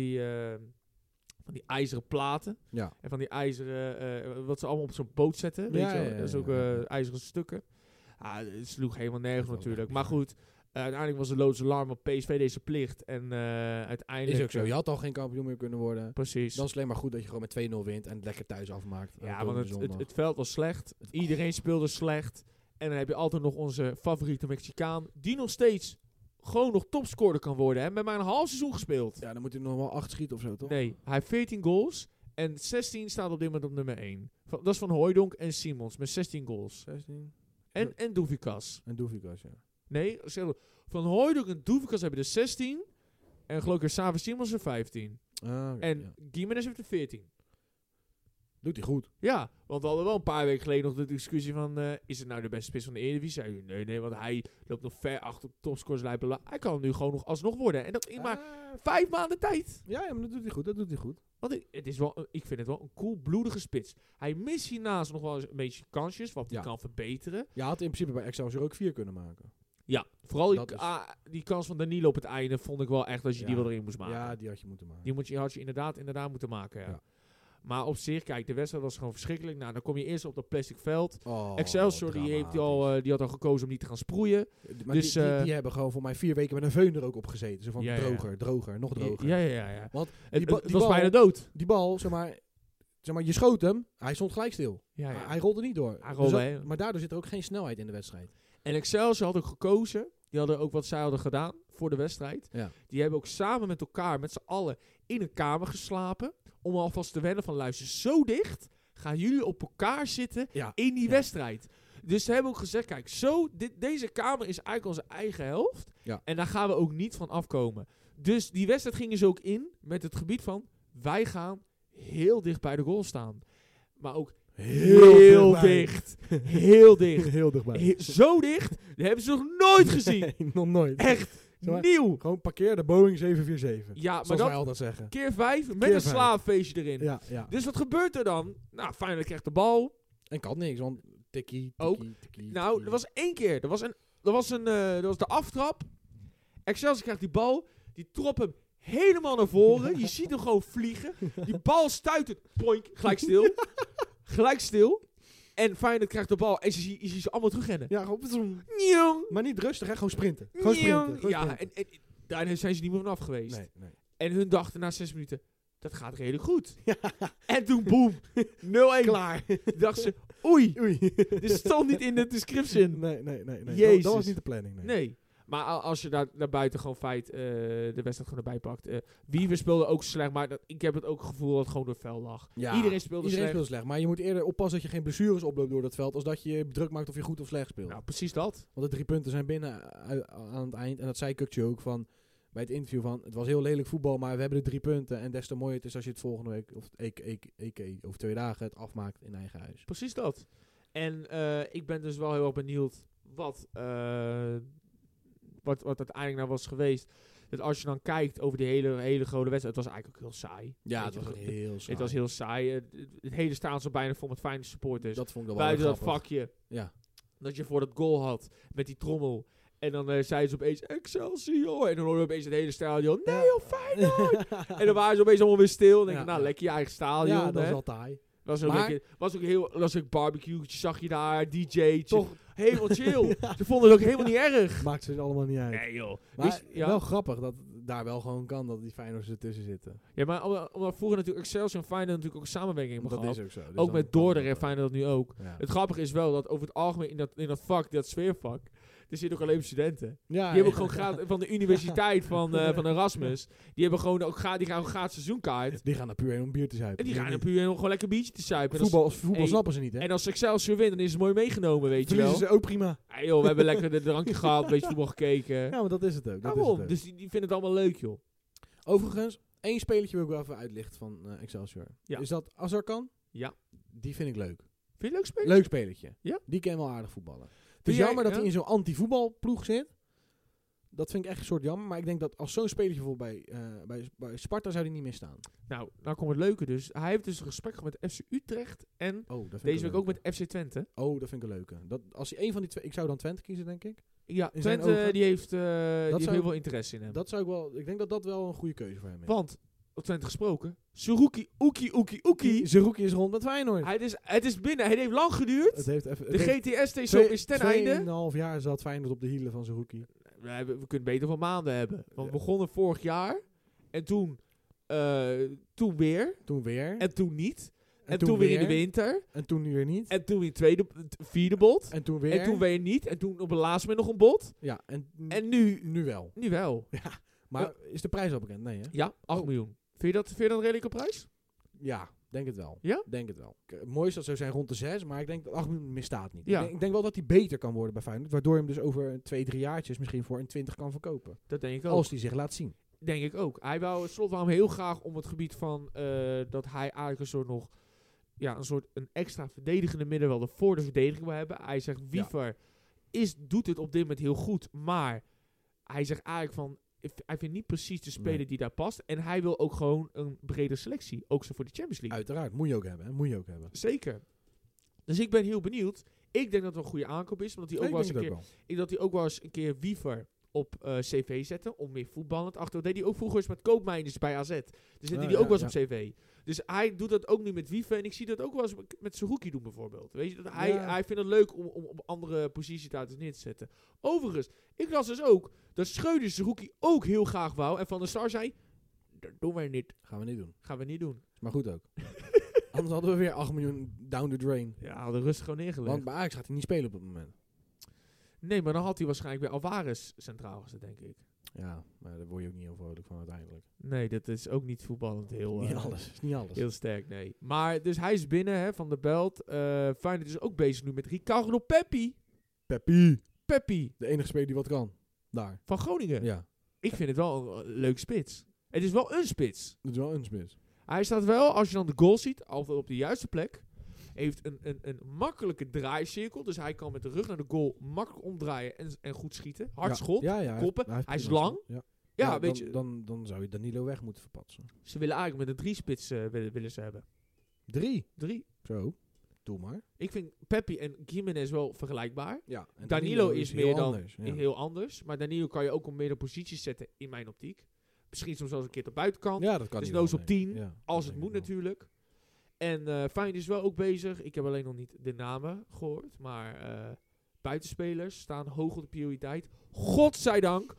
die ijzeren platen. Ja. En van die ijzeren, wat ze allemaal op zo'n boot zetten. Weet Ja, je wel? ja, Dat is ook ja. ijzeren stukken. Het sloeg helemaal nergens Dat is wel natuurlijk. echt Maar goed, uiteindelijk was de loodse alarm, want PSV deze plicht. En uiteindelijk... Is ook zo. Je had al geen kampioen meer kunnen worden. Precies. Dan is het alleen maar goed dat je gewoon met 2-0 wint en het lekker thuis afmaakt. Ja, want het veld was slecht. Iedereen speelde slecht. En dan heb je altijd nog onze favoriete Mexicaan, die nog steeds gewoon nog topscorer kan worden. Hè? Met maar een half seizoen gespeeld. Ja, dan moet hij nog wel 8 schieten of zo, toch? Nee, hij heeft 14 goals. En 16 staat op dit moment op nummer 1. Dat is Van Hooijdonk en Simons met 16 goals. 16. En Douvikas. En Douvikas, ja. Nee, Van Hooijdonk en Douvikas hebben er 16. En geloof ik Xaver Simons er 15. En Gimenez heeft er 14. Doet hij goed. Ja, want we hadden wel een paar weken geleden nog de discussie van... is het nou de beste spits van de Eredivisie? Zei u, nee, want hij loopt nog ver achter de topscorerslijst. Hij kan het nu gewoon nog alsnog worden. En dat in maar 5 maanden tijd. Ja, maar dat doet hij goed. Want ik vind het wel een koelbloedige spits. Hij mist hiernaast nog wel eens een beetje kansjes, wat hij kan verbeteren. Ja, had in principe bij Excelsior ook 4 kunnen maken. Ja, vooral die kans van Danilo op het einde vond ik wel echt dat je die wel erin moest maken. Ja, die had je moeten maken. Die had je inderdaad moeten maken, ja. Maar op zich, kijk, de wedstrijd was gewoon verschrikkelijk. Nou, dan kom je eerst op dat plastic veld. Excelsior, die had al gekozen om niet te gaan sproeien. Maar dus, die hebben gewoon voor mij 4 weken met een veun er ook op gezeten. Zo van droger, nog droger. Ja. Want het was bijna dood. Die bal, zeg maar, je schoot hem, hij stond gelijk stil. Ja. Hij rolde niet door. Maar daardoor zit er ook geen snelheid in de wedstrijd. En Excelsior had ook gekozen. Die hadden ook wat zij hadden gedaan voor de wedstrijd. Ja. Die hebben ook samen met elkaar, met z'n allen, in een kamer geslapen. Om alvast te wennen van, luister, zo dicht gaan jullie op elkaar zitten in die wedstrijd. Dus ze hebben ook gezegd, kijk, deze kamer is eigenlijk onze eigen helft. Ja. En daar gaan we ook niet van afkomen. Dus die wedstrijd gingen ze ook in met het gebied van, wij gaan heel dicht bij de goal staan. Maar ook heel dicht. Heel dicht. Heel dichtbij. Zo dicht, dat hebben ze nog nooit gezien. Nee, nog nooit. Echt. Nieuw. Gewoon parkeer de Boeing 747. Ja, maar zoals wij altijd zeggen. Keer 5 met een slaapfeestje erin. Ja. Dus wat gebeurt er dan? Nou, Feyenoord krijgt de bal. En kan niks, want tikkie. Nou, er was 1 keer. Dat was de aftrap. Excelsior krijgt die bal. Die trap hem helemaal naar voren. Je ziet hem gewoon vliegen. Die bal stuitert. Poink. Gelijk stil. Gelijk stil. En Feyenoord krijgt de bal en je ziet ze allemaal terugrennen. Ja, gewoon maar niet rustig, hè? Gewoon sprinten. Ja, en daar zijn ze niet meer vanaf geweest. Nee. En hun dachten na 6 minuten, dat gaat redelijk goed. Ja. En toen, boem, 0-1. Klaar. Dachten ze, oei. Dit stond niet in de description. Nee. Jezus. Dat was niet de planning, nee. Maar als je daar buiten gewoon de wedstrijd gewoon erbij pakt. Wiever speelde ook slecht, maar ik heb het ook gevoel dat het gewoon door het veld lag. Ja, iedereen speelde slecht. Maar je moet eerder oppassen dat je geen blessures oploopt door dat veld, als dat je druk maakt of je goed of slecht speelt. Nou, precies dat. Want de 3 punten zijn binnen aan het eind. En dat zei Kukje ook bij het interview van, het was heel lelijk voetbal, maar we hebben de 3 punten. En des te mooier het is als je het volgende week, of over 2 dagen, het afmaakt in eigen huis. Precies dat. En ik ben dus wel heel erg benieuwd wat uiteindelijk nou was geweest. Dat als je dan kijkt over die hele grote wedstrijd, het was eigenlijk ook heel saai. Ja, het was heel saai. Het was heel saai. Het hele staan zo bijna vol met fijne supporters. Dat vond ik wel buiten grappig. Dat vakje. Ja. Dat je voor dat goal had met die trommel. En dan zeiden ze opeens Excelsior. En dan hoorden we opeens het hele stadion. Nee, joh, Feyenoord. En dan waren ze opeens allemaal weer stil. En dan denk ik, lekker je eigen stadion. Ja, dat is wel taai. Was ook barbecue, zag je daar, DJ. Toch helemaal chill. Ze vonden het ook helemaal niet erg. Maakt ze allemaal niet uit. Nee joh. Maar wel grappig dat daar wel gewoon kan dat die Feyenoorders ertussen zitten. Ja, maar omdat vroeger natuurlijk Excelsior en Feyenoord natuurlijk ook een samenwerking hebben gehad. Dat is ook zo. Dus ook met Dordrecht en Feyenoord dat nu ook. Ja. Het grappige is wel dat over het algemeen in dat vak, dat sfeervak, er zitten ook alleen studenten. Ja, die hebben ook gewoon gratis van de universiteit van Erasmus. Die hebben gewoon ook gratis seizoenkaart. Die gaan naar puur heen om bier te zuipen. En die gaan naar puur heen om gewoon lekker biertje te zuipen. Voetbal snappen ze niet, hè? En als Excelsior wint, dan is het mooi meegenomen, weet je wel. Verliezen ze ook prima. Ja, joh, we hebben lekker de drankje gehad, een beetje voetbal gekeken. Ja, maar dat is het ook. Waarom? Dus die vinden het allemaal leuk, joh. Overigens, 1 spelletje wil ik wel even uitlichten van Excelsior. Ja. Is dat Azarkan? Ja. Die vind ik leuk. Vind je een leuk spelletje? Leuk spelletje. Ja? Die kan wel aardig voetballen. Het is jammer dat hij in zo'n anti-voetbalploeg zit. Dat vind ik echt een soort jammer. Maar ik denk dat als zo'n spelletje bijvoorbeeld bij Sparta zou hij niet meer staan. Nou komt het leuke dus. Hij heeft dus een gesprek gehad met FC Utrecht en deze week ook met FC Twente. Oh, dat vind ik een leuke. Als hij een van die twee... Ik zou dan Twente kiezen, denk ik. Ja, Twente die heeft heel veel interesse in hem. Dat zou ik wel... Ik denk dat dat wel een goede keuze voor hem is. Want, op Twente gesproken, Seruki, Oekie. Seruki is rond met Feyenoord. Het is binnen. Het heeft lang geduurd. De GTS is ten einde. 2,5 jaar zat Feyenoord op de hielen van Seruki. We kunnen beter van maanden hebben. Want we begonnen vorig jaar. En toen weer. Toen weer. En toen niet. En toen weer in de winter. En toen weer niet. En toen weer vierde bot. En toen weer. En toen weer niet. En toen op het laatste moment nog een bot. Ja. En nu wel. Nu wel. Ja. Maar is de prijs al bekend? Nee, hè? Ja, 8 miljoen. Vind je dat een redelijke prijs? Ja. Denk het wel. Ja? Denk het wel. Mooi is dat zo zijn rond de 6, maar ik denk dat 8 miljoen misstaat niet. Ja. Ik denk wel dat hij beter kan worden bij Feyenoord, waardoor je hem dus over 2-3 jaartjes misschien voor een 20 kan verkopen. Dat denk ik ook. Als hij zich laat zien. Denk ik ook. Slot wou hem heel graag om het gebied van dat hij eigenlijk een soort een extra verdedigende middenvelder voor de verdediging wil hebben. Hij zegt Wiever doet het op dit moment heel goed, maar hij zegt eigenlijk van hij vindt niet precies de speler die daar past. En hij wil ook gewoon een brede selectie. Ook zo voor de Champions League. Uiteraard. Moet je ook hebben. Hè? Moet je ook hebben. Zeker. Dus ik ben heel benieuwd. Ik denk dat het een goede aankoop is. Omdat hij ook wel eens een keer Wiever op cv zette. Om meer voetballend achter. Dat deed hij ook vroeger eens met Koopmeiners bij AZ. Dus dat deed hij ook wel eens op cv. Dus hij doet dat ook nu met Wiever. En ik zie dat ook wel eens met Zerouki doen bijvoorbeeld. Weet je, dat hij vindt het leuk om op andere posities daar neer te zetten. Overigens, ik las dus ook dat Schreuder Zerouki ook heel graag wou. En Van der Sar zei, dat doen wij niet. Gaan we niet doen. Is maar goed ook. Anders hadden we weer 8 miljoen down the drain. Ja, hadden rustig gewoon neergelegd. Want bij Ajax gaat hij niet spelen op het moment. Nee, maar dan had hij waarschijnlijk weer Alvarez centraal gezet, denk ik. Ja, maar daar word je ook niet heel vrolijk van uiteindelijk. Nee, dat is ook niet voetballend heel... niet alles. Heel sterk, nee. Maar, dus hij is binnen Van de Belt. Feyenoord is ook bezig nu met Ricardo Pepi. Pepi. De enige speler die wat kan. Daar. Van Groningen. Ja. Ik vind het wel een leuk spits. Het is wel een spits. Het is wel een spits. Hij staat wel, als je dan de goal ziet, altijd op de juiste plek. Heeft een makkelijke draaicirkel. Dus hij kan met de rug naar de goal makkelijk omdraaien en goed schieten. Hard schot, koppen. Hij is lang. Ja, weet je. Dan zou je Danilo weg moeten verpatsen. Ze willen eigenlijk met een 3-spits willen ze hebben. 3? Zo. Doe maar. Ik vind Pepi en Gimenez wel vergelijkbaar. Ja, en Danilo is meer dan anders, heel anders. Maar Danilo kan je ook op meerdere posities zetten in mijn optiek. Misschien soms zelfs een keer op de buitenkant. Ja, dat kan. Dus noos op 10. Als het moet natuurlijk. En Feyenoord is wel ook bezig. Ik heb alleen nog niet de namen gehoord. Maar buitenspelers staan hoog op de prioriteit. Godzijdank.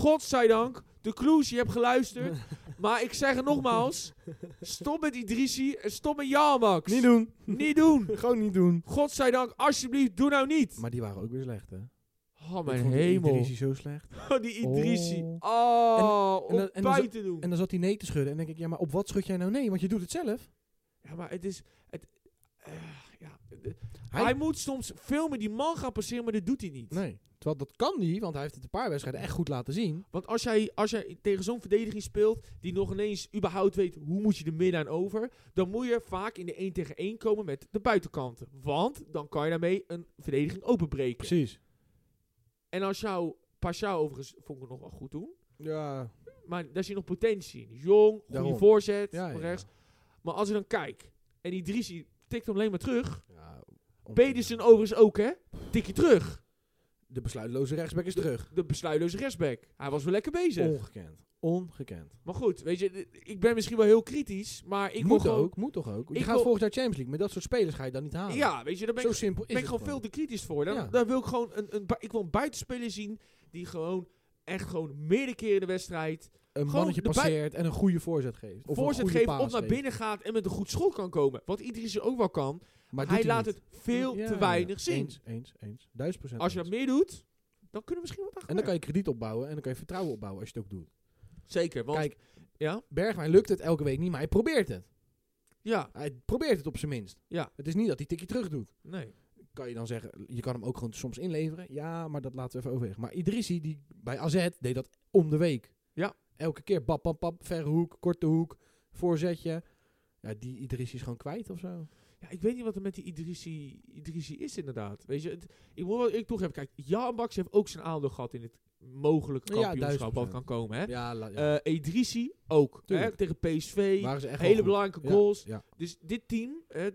De Kloes, je hebt geluisterd. Maar ik zeg het nogmaals. Stop met Idrissi en stop met Jalmax. Niet doen. Gewoon niet doen. Godzijdank, alsjeblieft, doe nou niet. Maar die waren ook weer slecht, hè? Oh, mijn hemel. Die Idrissi zo slecht. Die Idrissi. Om pijn te doen. En dan zat hij nee te schudden. En dan denk ik, ja, maar op wat schud jij nou nee? Want je doet het zelf. Ja, maar het is... Hij moet soms veel meer die man gaan passeren, maar dat doet hij niet. Nee. Terwijl dat kan niet, want hij heeft het een paar wedstrijden echt goed laten zien. Want als jij tegen zo'n verdediging speelt, die nog ineens überhaupt weet hoe moet je er midden aan over, dan moet je vaak in de 1 tegen 1 komen met de buitenkanten. Want dan kan je daarmee een verdediging openbreken. Precies. En als Paschal overigens vond ik het nog wel goed doen. Ja. Maar daar zie je nog potentie in. Jong, goede voorzet, rechts. Maar als je dan kijkt, en die Idrissi tikt hem alleen maar terug. Ja, Pedersen overigens ook, hè? Tik je terug. De besluiteloze rechtsback is terug. De besluiteloze rechtsback. Hij was wel lekker bezig. Ongekend. Maar goed, weet je, ik ben misschien wel heel kritisch, maar ik moet toch ook. Je gaat volgend jaar Champions League. Met dat soort spelers ga je dan niet halen. Ja, weet je, daar ben zo simpel is ben ik gewoon veel te kritisch voor. Dan wil ik gewoon ik wil een buitenspeler zien die gewoon meerdere keren in de wedstrijd een mannetje passeert en een goede voorzet geeft. Of op naar binnen gaat en met een goed schot kan komen. Wat Idrissi ook wel kan. Maar hij laat het veel te weinig zien. Eens. 1000%. Als je dat meer doet, dan kunnen we misschien wat achter. En dan kan je krediet opbouwen en dan kan je vertrouwen opbouwen als je het ook doet. Zeker, want... Kijk, Bergwijn lukt het elke week niet, maar hij probeert het. Ja. Hij probeert het op zijn minst. Ja. Het is niet dat hij tikje terug doet. Nee. Kan je dan zeggen, je kan hem ook gewoon soms inleveren. Ja, maar dat laten we even overwegen. Maar Idrissi, die bij AZ, deed dat om de week. Ja. Elke keer, bap, verre hoek, korte hoek, voorzetje. Ja, die Idrissi is gewoon kwijt of zo. Ja, ik weet niet wat er met die Idrissi is inderdaad. Weet je, ik toegeven, kijk, Jan Baks heeft ook zijn aandeel gehad in het mogelijke kampioenschap wat kan komen. Hè? Ja. Idrissi ook. Hè? Tegen PSV, hele belangrijke goals. Ja. Dus dit team,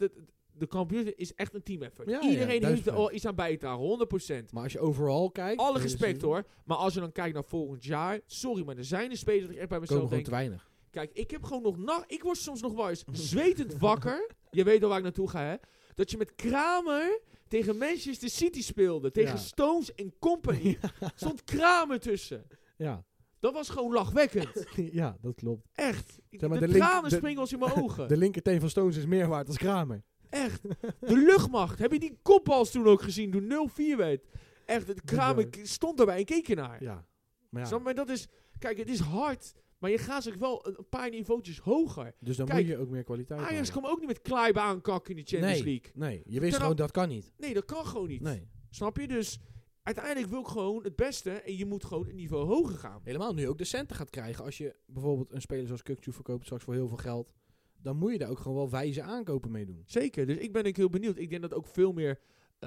de kampioen is echt een team effort. Ja, iedereen heeft er al iets aan bijgedragen, 100%. Maar als je overal kijkt... Alle respect hoor. Maar als je dan kijkt naar volgend jaar, sorry, maar er zijn de spelers dat ik echt bij mezelf denk... te weinig. Kijk, ik heb gewoon nog... Ik word soms nog wel eens zwetend wakker. Je weet al waar ik naartoe ga, hè? Dat je met Kramer tegen Manchester City speelde. Tegen Stones en Company. Stond Kramer tussen. Ja. Dat was gewoon lachwekkend. Ja, dat klopt. Echt. Zeg maar, de tranen springen als in mijn ogen. De linkerteen van Stones is meer waard als Kramer. Echt. De luchtmacht. Heb je die kopbals toen ook gezien? Toen 0-4 werd. Echt. Kramer stond erbij en keek ernaar. Ja. Maar dat is... Kijk, het is hard... Maar je gaat zich wel een paar niveautjes hoger. Dus dan Kijk, moet je ook meer kwaliteit Ajax hebben. kwam ook niet met Kleiber aankakken in de Champions League. Nee, je wist Ten gewoon dat kan niet. Nee, dat kan gewoon niet. Nee. Snap je? Dus uiteindelijk wil ik gewoon het beste en je moet gewoon een niveau hoger gaan. Helemaal nu je ook de centen gaat krijgen. Als je bijvoorbeeld een speler zoals Kukçu verkoopt straks voor heel veel geld. Dan moet je daar ook gewoon wel wijze aankopen mee doen. Zeker, dus ik ben ook heel benieuwd. Ik denk dat ook veel meer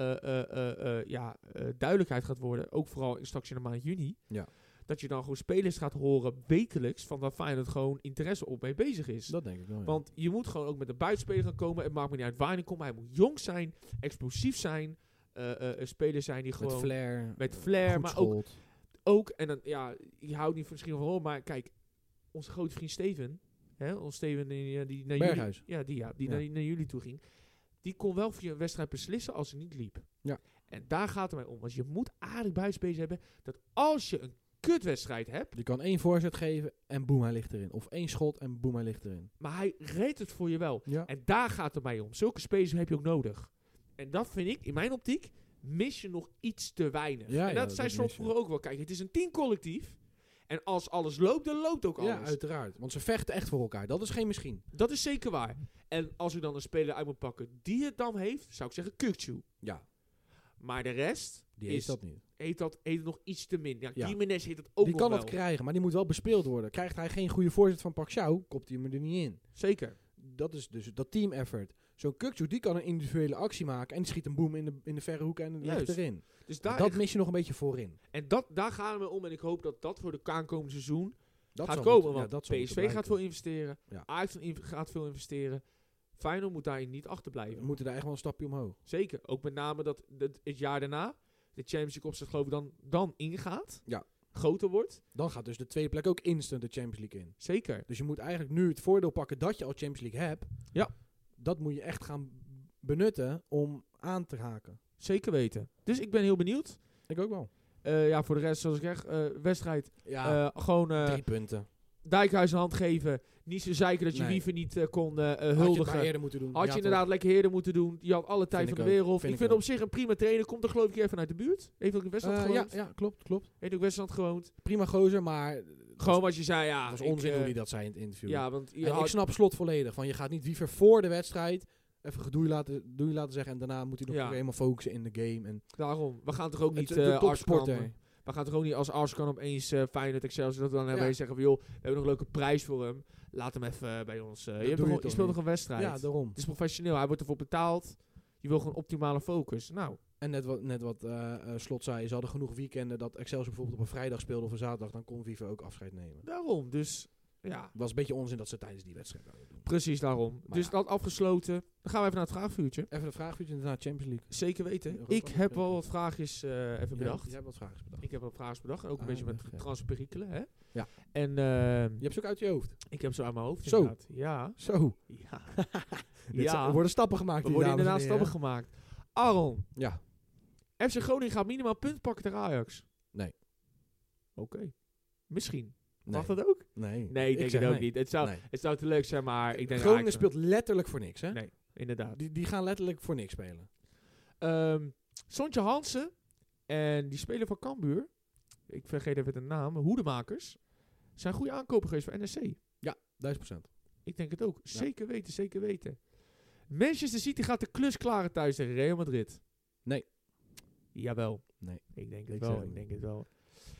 duidelijkheid gaat worden. Ook vooral straks in de maand juni. Ja. Dat je dan gewoon spelers gaat horen wekelijks van waar Feyenoord gewoon interesse op mee bezig is. Dat denk ik wel. Ja. Want je moet gewoon ook met een buitenspeler gaan komen. Het maakt me niet uit waar hij komt. Hij moet jong zijn, explosief zijn. Een speler zijn die gewoon... Met flair. flair, maar ook schot. ook, en dan, ja, je houdt niet misschien van rol, maar kijk, onze grote vriend Steven, hè, ons Steven die naar Berghuis. jullie, die Ja. naar jullie toe ging, die kon wel via een wedstrijd beslissen als het niet liep. Ja. En daar gaat het mij om, want je moet aardig buitenspelers hebben, dat als je een kutwedstrijd hebt, Je kan 1 voorzet geven en boem, hij ligt erin. Of 1 schot en boem, hij ligt erin. maar hij redt het voor je wel. Ja. En daar gaat het mij om. Zulke spelers heb je ook nodig. En dat vind ik, in mijn optiek, mis je nog iets te weinig. Ja, en ja, dat zei dat Slot mis je. vroeger ook wel. Kijk, het is een teamcollectief. En als alles loopt, dan loopt ook alles. Ja, uiteraard. Want ze vechten echt voor elkaar. Dat is geen misschien. Dat is zeker waar. En als ik dan een speler uit moet pakken die het dan heeft, zou ik zeggen Kukçu. Ja, Maar de rest die heeft dat niet. heeft het nog iets te min. Ja, Ja. Gimenez heeft het ook Die nog kan wel. het krijgen, maar die moet wel bespeeld worden. Krijgt hij geen goede voorzet van Paxiao, kopt hij hem er niet in. Zeker. Dat is dus dat team effort. Zo'n Kukçu, die kan een individuele actie maken en die schiet een boem in de verre hoek en het ligt Juist. erin. Dus daar, Dat mis je nog een beetje voorin. en daar gaan we om. En ik hoop dat dat voor de aankomende seizoen Dat gaat zal komen. moeten- Want dat zal PSV moeten gaat blijken. veel investeren. Ja. Ajax gaat veel investeren. Feyenoord moet daarin niet achterblijven. We moeten daar echt wel een stapje omhoog. Zeker. Ook met name dat het jaar daarna de Champions League opzet geloof ik dan ingaat. Ja. Groter wordt. Dan gaat dus de tweede plek ook instant de Champions League in. Zeker. Dus je moet eigenlijk nu het voordeel pakken dat je al Champions League hebt. Ja. Dat moet je echt gaan benutten om aan te haken. Zeker weten. Dus ik ben heel benieuwd. Ik ook wel. Ja, voor de rest, zoals ik zeg, wedstrijd. Ja, Gewoon 3 punten. Dijkhuis een hand geven. Niet zo zeiken dat je Nee. Wiever niet kon Had je het huldigen. maar eerder moeten doen. Had je Ja, inderdaad lekker heerder moeten doen. Je had alle tijd Vind van ik de ook. wereld. Vind Ik ik vind ook. op zich een prima trainer. Komt er geloof ik even vanuit de buurt. Heeft ook in Westland toch? gewoond. Ja, klopt. Heeft ook Westland gewoond. Prima gozer, maar Gewoon wat je zei, ja. dat was ik, onzin hoe hij dat zei in het interview. Ja, want je En had- ik snap Slot volledig. Van je gaat niet Wiever voor de wedstrijd even gedoei laten zeggen. En daarna moet hij nog Ja. weer helemaal focussen in de game. En daarom. We gaan toch ook niet het de topsporter. Arskan- We gaan toch ook niet als Arskan opeens Feyenoord Excelsior dat we dan hebben Ja. en zeggen van joh, we hebben nog een leuke prijs voor hem. Laat hem even bij ons. Je, doe hebt je toch, toch je speelt niet. nog een wedstrijd. Ja, daarom. Het is professioneel. Hij wordt ervoor betaald. Je wil gewoon optimale focus. Nou, En net wat Slot zei, ze hadden genoeg weekenden dat Excelsior bijvoorbeeld op een vrijdag speelde of een zaterdag. Dan kon Wiever ook afscheid nemen. daarom. Dus ja, Het was een beetje onzin dat ze tijdens die wedstrijd zouden doen. precies daarom. Maar Dus ja. dat afgesloten. Dan gaan we even naar het vraagvuurtje. Even een vraagvuurtje naar Champions League. Zeker weten. Europa Ik heb wel League. wat vraagjes even bedacht. Jij hebt wat vragen bedacht. Ik heb wat vraagjes bedacht. En ook een beetje Aardig, met ja. transperikelen. Hè? Ja. En Je hebt ze ook uit je hoofd. ik heb zo aan mijn hoofd Zo. inderdaad. Ja. Zo. Ja. Er worden stappen gemaakt. Er hier, worden dames inderdaad en stappen heren. gemaakt. Aaron, Ja. FC Groningen gaat minimaal punt pakken tegen Ajax. Nee. Oké. Misschien. Nee. Mag dat ook? Nee. Nee, ik denk zeg het ook nee. niet. Het zou, Nee. het zou te leuk zijn, maar ik denk Groningen Ajax- speelt letterlijk voor niks, hè? Nee, inderdaad. Die gaan letterlijk voor niks spelen. Sontje Hansen en die speler van Cambuur, ik vergeet even de naam, Hoedemakers, zijn goede aankopen geweest voor NSC. 1000%. Ik denk het ook. Ja. Zeker weten, zeker weten. Manchester City gaat de klus klaren thuis tegen Real Madrid. Nee. Jawel. Nee. Ik denk het Ik wel, zeg ik het denk het wel.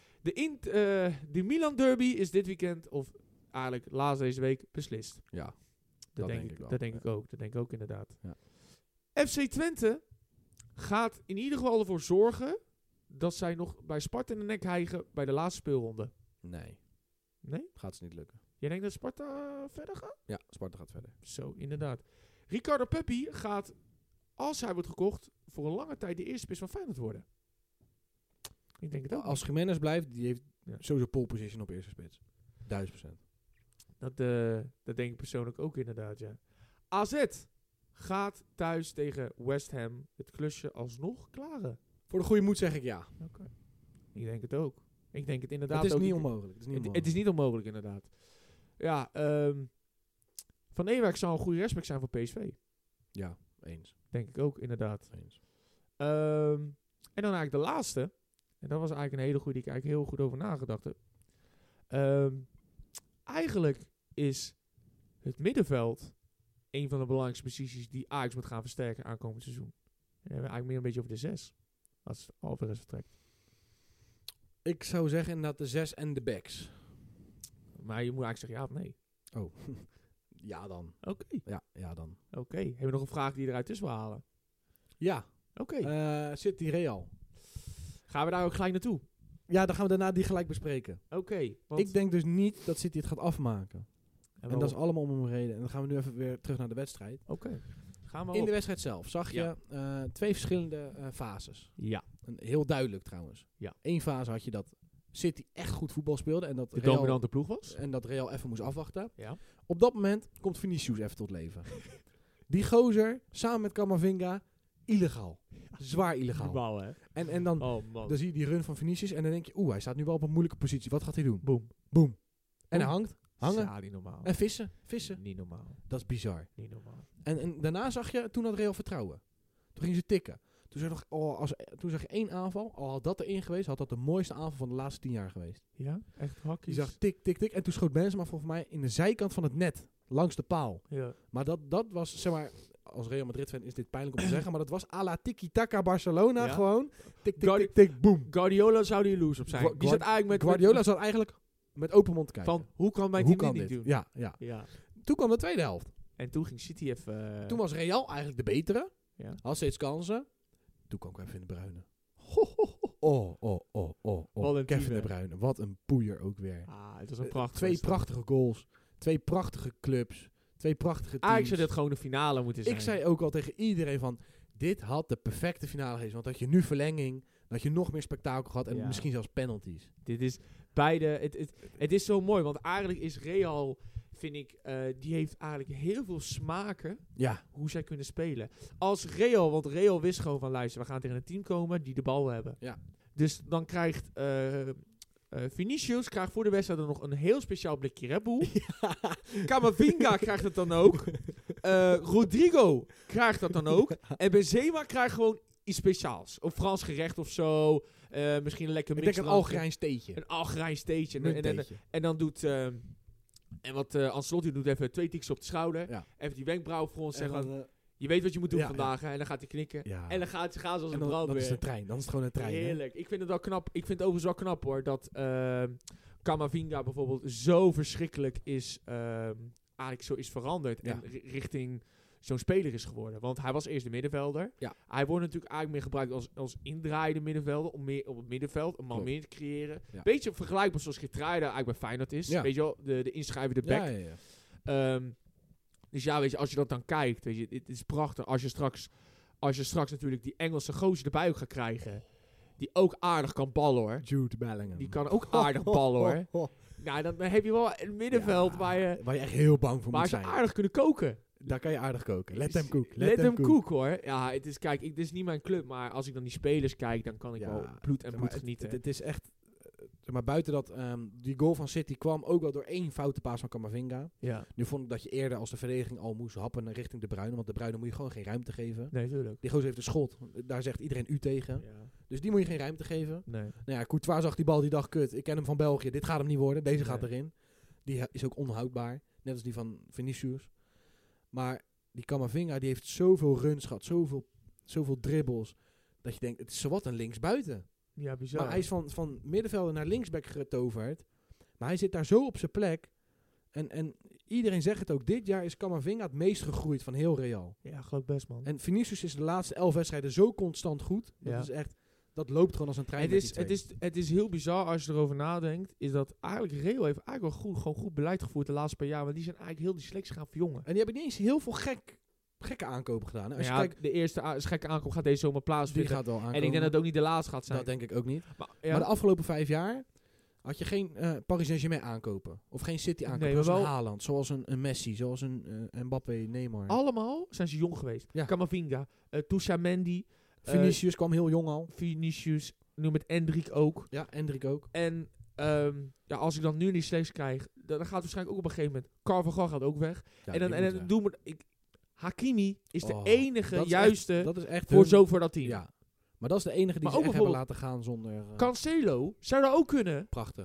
De Milan Derby is dit weekend, of eigenlijk laatst deze week, beslist. Ja. Dat denk ik wel. Dat denk ik ook. Dat denk ik ook inderdaad. Ja. FC Twente gaat in ieder geval ervoor zorgen dat zij nog bij Sparta in de nek hijgen bij de laatste speelronde. Nee. Nee? Gaat ze niet lukken. Jij denkt dat Sparta verder gaat? Ja, Sparta gaat verder. Zo, inderdaad. Ricardo Pepi gaat, als hij wordt gekocht, voor een lange tijd de eerste spits van Feyenoord worden. Ik denk het ook. Als Jiménez blijft, die heeft Ja. sowieso pole position op eerste spits. 1000%. Dat denk ik persoonlijk ook inderdaad, ja. AZ gaat thuis tegen West Ham het klusje alsnog klaren. Voor de goede moed zeg ik ja. Oké. Ik denk het ook. Ik denk het inderdaad Het is ook. niet onmogelijk. Het is niet Het onmogelijk. is niet onmogelijk, inderdaad. Ja, Van Ewijk zou een goede respect zijn voor PSV. Ja, eens. Denk ik ook, inderdaad. Eens. En dan eigenlijk de laatste. En dat was eigenlijk een hele goede die ik eigenlijk heel goed over nagedacht heb. eigenlijk is het middenveld een van de belangrijkste posities die Ajax moet gaan versterken aankomend seizoen. En dan hebben we eigenlijk meer een beetje over de 6. Als Alvarez vertrekt. Ik zou zeggen inderdaad de 6 en de backs. Maar je moet eigenlijk zeggen ja of nee. Oh, ja dan. Oké. Ja dan. Oké. Hebben we nog een vraag die je eruit tussen wil halen? Ja. Oké. City Real. Gaan we daar ook gelijk naartoe? Ja, dan gaan we daarna die gelijk bespreken. Oké. Ik denk dus niet dat City het gaat afmaken. En dat is al. allemaal om een reden. En dan gaan we nu even weer terug naar de wedstrijd. Oké. Gaan we In op. de wedstrijd zelf zag je 2 verschillende fases. Ja. Heel duidelijk trouwens. Ja. Eén fase had je dat City echt goed voetbal speelde. En dat De Real, dominante ploeg was. en dat Real even moest afwachten. Ja. Op dat moment komt Vinicius even tot leven. Die gozer, samen met Camavinga, illegaal. Zwaar illegaal. Normaal, hè? En dan, Oh, man. dan zie je die run van Vinicius en dan denk je, hij staat nu wel op een moeilijke positie. Wat gaat hij doen? Boom. Boom. En hij Boom. hangen. Ja, niet normaal. En vissen. Niet normaal. Dat is bizar. Niet normaal. En daarna zag je, toen had Real vertrouwen. Toen gingen ze tikken. Toen zag je 1 aanval. Al had dat erin geweest, had dat de mooiste aanval van de laatste 10 jaar geweest. Ja? Echt hakjes? Je zag tik, tik, tik. En toen schoot Benzema volgens mij in de zijkant van het net. Langs de paal. Ja. Maar dat was, zeg maar, als Real Madrid fan is dit pijnlijk om te zeggen. Maar dat was à la tiki-taka Barcelona Ja? gewoon. Tik, tik, tik, tik, boom. Guardiola zou die loose op zijn. Die zat eigenlijk met Guardiola zat eigenlijk met open mond te kijken. van, hoe kan mijn Hoe team kan dit niet dit? doen? Ja. Ja. Toen kwam de tweede helft. En toen ging City even... Toen was Real eigenlijk de betere. Ja. Had steeds kansen. Toen kwam Kevin De Bruyne. Wat een Kevin team, De Bruyne. Wat een poeier ook weer. het was een prachtig. 2 prachtige goals. 2 prachtige clubs. 2 prachtige teams. Ajax had dit gewoon de finale moeten zijn. Ik zei ook al tegen iedereen van... Dit had de perfecte finale geweest. Want dat je nu verlenging... Dat je nog meer spektakel gehad. En Ja. misschien zelfs penalties. Dit is beide... Het is zo mooi. Want eigenlijk is Real... Vind ik... die heeft eigenlijk heel veel smaken... Ja. Hoe zij kunnen spelen. Als Real... Want Real wist gewoon van... Luister, we gaan tegen een team komen... Die de bal hebben. Ja. Dus dan krijgt... Vinicius krijgt voor de wedstrijd nog een heel speciaal blikje Red Bull. Camavinga krijgt het dan ook. Rodrigo krijgt dat dan ook. En Benzema krijgt gewoon iets speciaals. Of Frans gerecht of zo. Misschien een lekker Ik mix. denk een Algerijns theetje. Een Algerijns theetje. Munttheetje. En dan doet... en wat Ancelotti doet, even 2 tiks op de schouder. Ja. Even die wenkbrauwen voor ons En zeggen. dan, Je weet wat je moet doen ja, vandaag. Hè? En dan gaat hij knikken. ja. En dan gaan ze als En een dan, dat is brandweer. een trein. Dan is het gewoon een trein. hè? Heerlijk. Ik vind het wel knap. Ik vind het overigens wel knap hoor. Dat Camavinga bijvoorbeeld zo verschrikkelijk is. Eigenlijk zo is veranderd. Ja. En richting zo'n speler is geworden. Want hij was eerst de middenvelder. Ja. Hij wordt natuurlijk eigenlijk meer gebruikt als indraaiende middenvelder. Om meer op het middenveld een man Klopt. meer te creëren. Ja. Beetje vergelijkbaar zoals Geertruida eigenlijk bij Feyenoord is. Ja. Weet je wel, de inschrijvende back. Ja. Dus ja, weet je, als je dat dan kijkt, weet je, het is prachtig. Als je straks natuurlijk die Engelse gozer erbij ook gaat krijgen, die ook aardig kan ballen hoor. Jude Bellingham. Die kan ook aardig ballen hoor. Nou, dan heb je wel een middenveld Ja, waar je echt heel bang voor moet ze zijn. aardig kunnen koken. Daar kan je aardig koken. Let them cook. Let them cook hoor. Ja, het is, kijk, het is niet mijn club, maar als ik dan die spelers kijk, dan kan ik Ja, wel bloed en Zeg bloed maar, genieten. Het is echt... maar buiten dat, die goal van City kwam ook wel door 1 foute paas van Camavinga. Ja, Nu vond ik dat je eerder als de verdediging al moest happen richting De Bruyne. Want De Bruyne moet je gewoon geen ruimte geven. nee, tuurlijk. Die gozer heeft een schot. Daar zegt iedereen u tegen. Ja, Dus die moet je geen ruimte geven. nee. Nou ja, Courtois zag die bal, die dacht, kut, ik ken hem van België. Dit gaat hem niet worden. Deze gaat Nee. erin. Die is ook onhoudbaar. Net als die van Vinicius. Maar die Camavinga, die heeft zoveel runs gehad. Zoveel dribbles. Dat je denkt, het is zowat een linksbuiten. Ja, bizar. Maar hij is van middenvelder naar linksback getoverd. Maar hij zit daar zo op zijn plek. En iedereen zegt het ook. Dit jaar is Camavinga het meest gegroeid van heel Real. Ja, geloof best man. En Vinicius is de laatste 11 wedstrijden zo constant goed. Dat Ja. is echt... Dat loopt gewoon als een trein. Het is heel bizar als je erover nadenkt. Is dat eigenlijk Real heeft eigenlijk wel gewoon goed beleid gevoerd de laatste paar jaar. Want die zijn eigenlijk heel die selectie gaan verjongen. En die hebben niet eens heel veel gekke aankopen gedaan. Hè? Als je Ja, kijkt, de eerste gekke aankoop gaat deze zomer die plaatsvinden. gaat wel aankomen. En ik denk dat het ook niet de laatste gaat zijn. Dat denk ik ook niet. Maar, ja, Maar de afgelopen 5 jaar had je geen Paris Saint-Germain aankopen. Of geen City aankopen. Nee, maar zoals een wel- Haaland, zoals een Messi, zoals een Mbappé, Neymar. allemaal zijn ze jong geweest. Ja. Camavinga, Tuchamendi, Vinicius kwam heel jong al. Vinicius, nu met Endrick ook. Ja, Endrick ook. En ja, als ik dan nu die selectie krijg, dan gaat waarschijnlijk ook op een gegeven moment. Carvajal gaat ook weg. Ja, en dan, die en moet dan weg. doen we... Hakimi is de Oh, enige dat is juiste echt, dat is echt voor dat team. Ja. Maar dat is de enige die Maar ze ook echt hebben bijvoorbeeld laten gaan zonder... Cancelo zou dat ook kunnen. prachtig.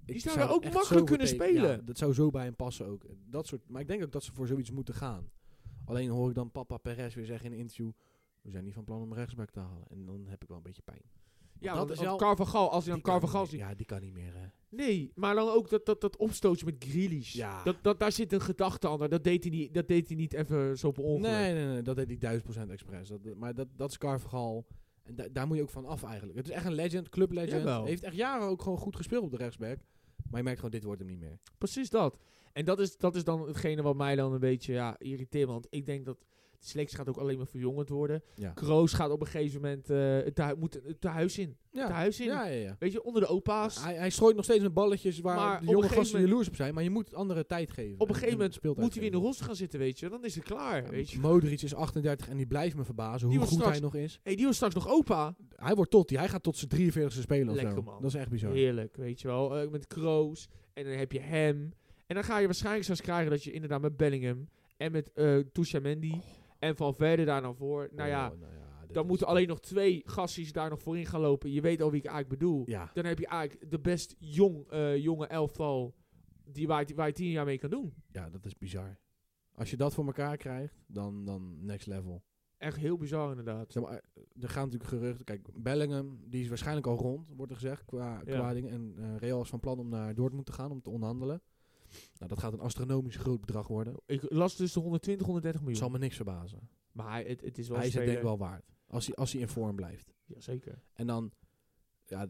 Die Ik zouden zou ook echt makkelijk zo kunnen betekenen- spelen. Ja, dat zou zo bij hem passen ook. Maar ik denk ook dat ze voor zoiets moeten gaan. Alleen hoor ik dan Papa Perez weer zeggen in een interview... We zijn niet van plan om rechtsback te halen. En dan heb ik wel een beetje pijn. Ja, dat want is wel- Carvajal, als je dan Die kan Carvajal niet ziet... meer. Ja, die kan niet meer. Nee, maar dan ook dat opstootje met Grealish. Ja. Daar zit een gedachte aan. Dat deed hij niet even zo per ongeluk. Nee, dat deed hij 1000% expres. Maar dat is Carvajal. En daar moet je ook van af eigenlijk. Het is echt een legend, club legend. Jawel. Heeft echt jaren ook gewoon goed gespeeld op de rechtsback. Maar je merkt gewoon, dit wordt hem niet meer. Precies dat. En dat is dan hetgene wat mij dan een beetje irriteert. Want ik denk dat de selectie gaat ook alleen maar verjongend worden. Ja. Kroos gaat op een gegeven moment moet het tehuis in. Ja. Tehuis in. Ja. Weet je, onder de opa's. Hij strooit nog steeds met balletjes waar Maar de op een jonge gegeven gasten moment- jaloers op zijn. Maar je moet andere tijd geven. Op een gegeven moment speeltijd moet hij weer in de geven. rolstoel gaan zitten, weet je. Dan is het klaar, weet je. Modric is 38 en die blijft me verbazen Die hoe wordt goed straks- hij nog is. Hey, die was straks nog opa. Hij gaat tot zijn 43e spelen of Lekker, zo. man. Dat is echt bizar. Heerlijk, weet je wel. Met Kroos. En dan heb je hem. En dan ga je waarschijnlijk zelfs krijgen dat je inderdaad met Bellingham en met Tuchamendi en Valverde daar naar voor. Nou ja, Dit dan is- moeten alleen nog 2 gasties daar nog voorin gaan lopen. Je weet al wie ik eigenlijk bedoel. Ja, Dan heb je eigenlijk de best jonge elftal waar je 10 jaar mee kan doen. ja, dat is bizar. Als je dat voor elkaar krijgt, dan next level. Echt heel bizar inderdaad. Zeg maar, er gaan natuurlijk geruchten. Kijk, Bellingham, die is waarschijnlijk al rond, wordt er gezegd, qua ding. En Real is van plan om naar Dortmund te gaan, om te onderhandelen. Nou, dat gaat een astronomisch groot bedrag worden. Ik las dus de 120, 130 Het miljoen. zal me niks verbazen. Maar het is wel Hij is een het denk ik speler. wel waard. Als hij in vorm blijft. Ja, zeker. En dan, ja,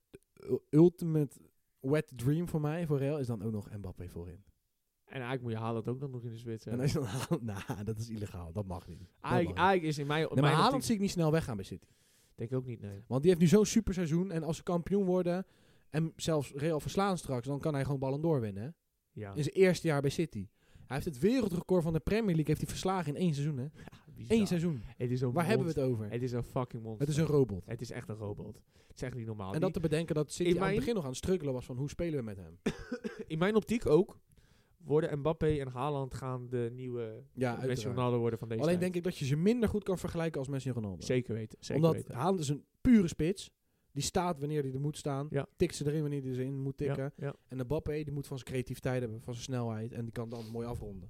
de ultimate wet dream voor mij, voor Real, is dan ook nog Mbappé voorin. En eigenlijk moet je Haaland ook dan nog in de spits En hebben. als je dan Haaland, nou, dat is illegaal. Dat mag niet. Eigenlijk is in mijn Nee, maar mijn Haaland optiek- zie ik niet snel weggaan bij City. denk ik ook niet, nee. Want die heeft nu zo'n super seizoen. En als ze kampioen worden en zelfs Real verslaan straks, dan kan hij gewoon Ballon d'Or winnen. Hè? Ja. In zijn eerste jaar bij City. Hij heeft het wereldrecord van de Premier League heeft hij verslagen in 1 seizoen. Hè? Bizar. 1 seizoen. Het is een Waar hebben we het over? Het is een fucking monster. Het is een robot. Het is echt een robot. Het is echt niet normaal. En dat te bedenken dat City in aan het mijn- begin nog aan het struggelen was van hoe spelen we met hem. In mijn optiek ook worden Mbappé en Haaland gaan de nieuwe Ja, Messi uiteraard. Ronaldo worden van deze Alleen tijd. denk ik dat je ze minder goed kan vergelijken als Messi en Ronaldo. Zeker weten. Zeker Omdat weten. Haaland is een pure spits. Die staat wanneer hij er moet staan. Ja. Tikt ze erin wanneer hij ze in moet tikken. Ja. En Mbappé die moet van zijn creativiteit hebben, van zijn snelheid. En die kan dan mooi afronden.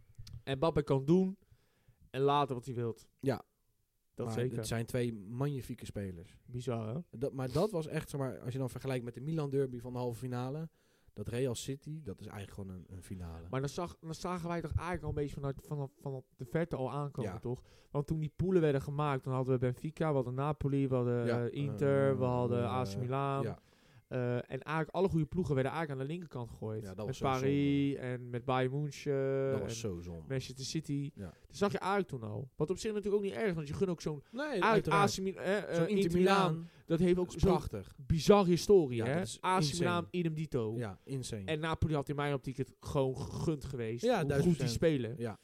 En Mbappé kan doen en laten wat hij wilt. Ja. Dat Maar zeker. het zijn 2 magnifieke spelers. Bizar, hè? Maar dat was echt, zeg maar, als je dan vergelijkt met de Milan derby van de halve finale. Dat Real City, dat is eigenlijk gewoon een finale. Maar dan zagen wij toch eigenlijk al een beetje vanaf de verte al aankomen, Ja. toch? Want toen die poelen werden gemaakt, dan hadden we Benfica, we hadden Napoli, we hadden Inter, we hadden AC Milan. Ja. En eigenlijk alle goede ploegen werden eigenlijk aan de linkerkant gegooid. Ja, dat met was zo Paris en met Bayern München Dat was en zo zonde. Manchester City. Ja. Dat zag je eigenlijk toen al. Wat op zich natuurlijk ook niet erg, want je gun ook zo'n Nee, uit uiteraard. AC Milan, Zo'n Inter Milan. Dat heeft ook dat is zo'n prachtig. bizarre historie, Ja, hè? dat is AC insane. Milan, idem dito. Ja, insane. En Napoli had in mijn optiek het gewoon gegund geweest. Ja, hoe 1000%. goed die spelen. Ja.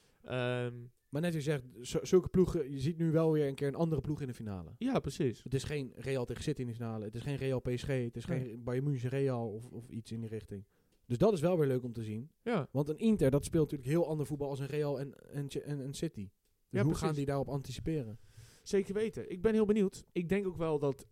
Ehm, Maar net als je zegt, zulke ploegen, je ziet nu wel weer een keer een andere ploeg in de finale. ja, precies. Het is geen Real tegen City in de finale. Het is geen Real PSG. Het is Nee. geen Bayern München Real of iets in die richting. Dus dat is wel weer leuk om te zien. Ja, Want een Inter, dat speelt natuurlijk heel ander voetbal als een Real en City. Dus Ja, hoe precies. gaan die daarop anticiperen? zeker weten. Ik ben heel benieuwd. Ik denk ook wel dat...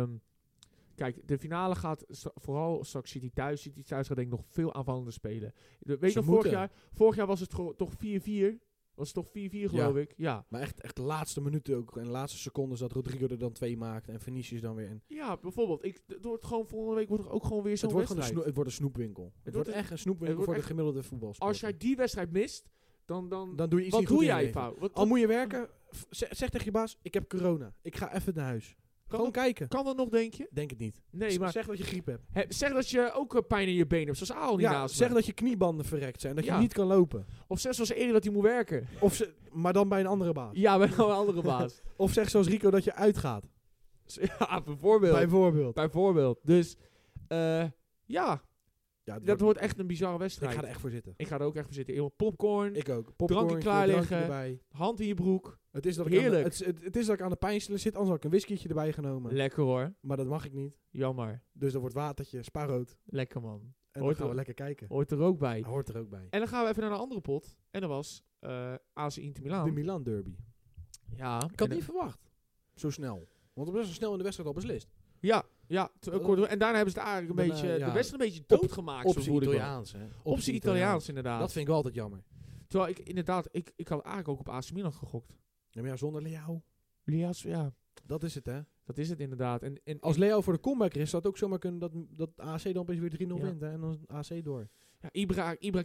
kijk, de finale gaat vooral straks City thuis. City thuis gaat denk ik nog veel aanvallender spelen. Weet je Ze nog, moeten. vorig jaar was het toch 4-4? Was het toch 4-4 geloof ik? Ja. Maar echt de laatste minuten ook. En de laatste secondes dat Rodrigo er dan 2 maakt. En Vinicius dan weer in. Ja, bijvoorbeeld. Het wordt gewoon volgende week wordt er ook gewoon weer zo'n Het wordt, gewoon wedstrijd. het wordt een snoepwinkel. Het wordt echt een snoepwinkel wordt voor de echt- gemiddelde voetbalspeler. Als jij die wedstrijd mist, dan Dan doe je iets wat niet doe goed in je jij leven. fout? Wat- Al moet je werken, zeg tegen je baas, ik heb corona. Ik ga even naar huis. Gewoon kijken. Kan dat nog, denk je? Denk het niet. Nee, maar Zeg dat je griep hebt. zeg dat je ook pijn in je benen hebt, zoals Aal niet Ja, naast zeg me. dat je kniebanden verrekt zijn. Dat Ja. je niet kan lopen. Of zeg zoals Erik dat hij moet werken. Maar dan bij een andere baas. Ja, bij een andere baas. Of zeg zoals Rico dat je uitgaat. Ja, bijvoorbeeld. Bijvoorbeeld. Bijvoorbeeld. Dus, ja, Ja, dat wordt echt een bizarre Ik wedstrijd. ga er echt voor zitten. Ik ga er ook echt voor zitten. Helemaal popcorn, Ik ook. Drankje klaar liggen. erbij. hand in je broek. Het is dat Heerlijk. het is dat ik aan de pijnstiller zit, anders had ik een whiskietje erbij genomen. Lekker hoor. Maar dat mag ik niet. Jammer. Dus dat wordt watertje, spaarrood. Lekker man. En dan Hoort gaan we er- lekker kijken. Hoort er ook bij. Hij hoort er ook bij. En dan gaan we even naar een andere pot. En dat was AC Inter Milan. De Milan derby. Ja. Ik had en- niet verwacht. Zo snel. Want het was best wel snel in de wedstrijd al beslist. Ja. En daarna hebben ze het eigenlijk een beetje, de wedstrijd een beetje doodgemaakt. Op zijn Italiaans, hè. Op zijn Italiaans, inderdaad. Dat vind ik wel altijd jammer. Terwijl ik had eigenlijk ook op AC Milan gegokt. Ja, maar zonder Leao. Lias, ja. Dat is het, hè. Dat is het inderdaad. En als Leao voor de comeback is, zou het ook zomaar kunnen dat AC dan opeens weer 3-0 wint. Hè, en dan AC door. Ja, Ibra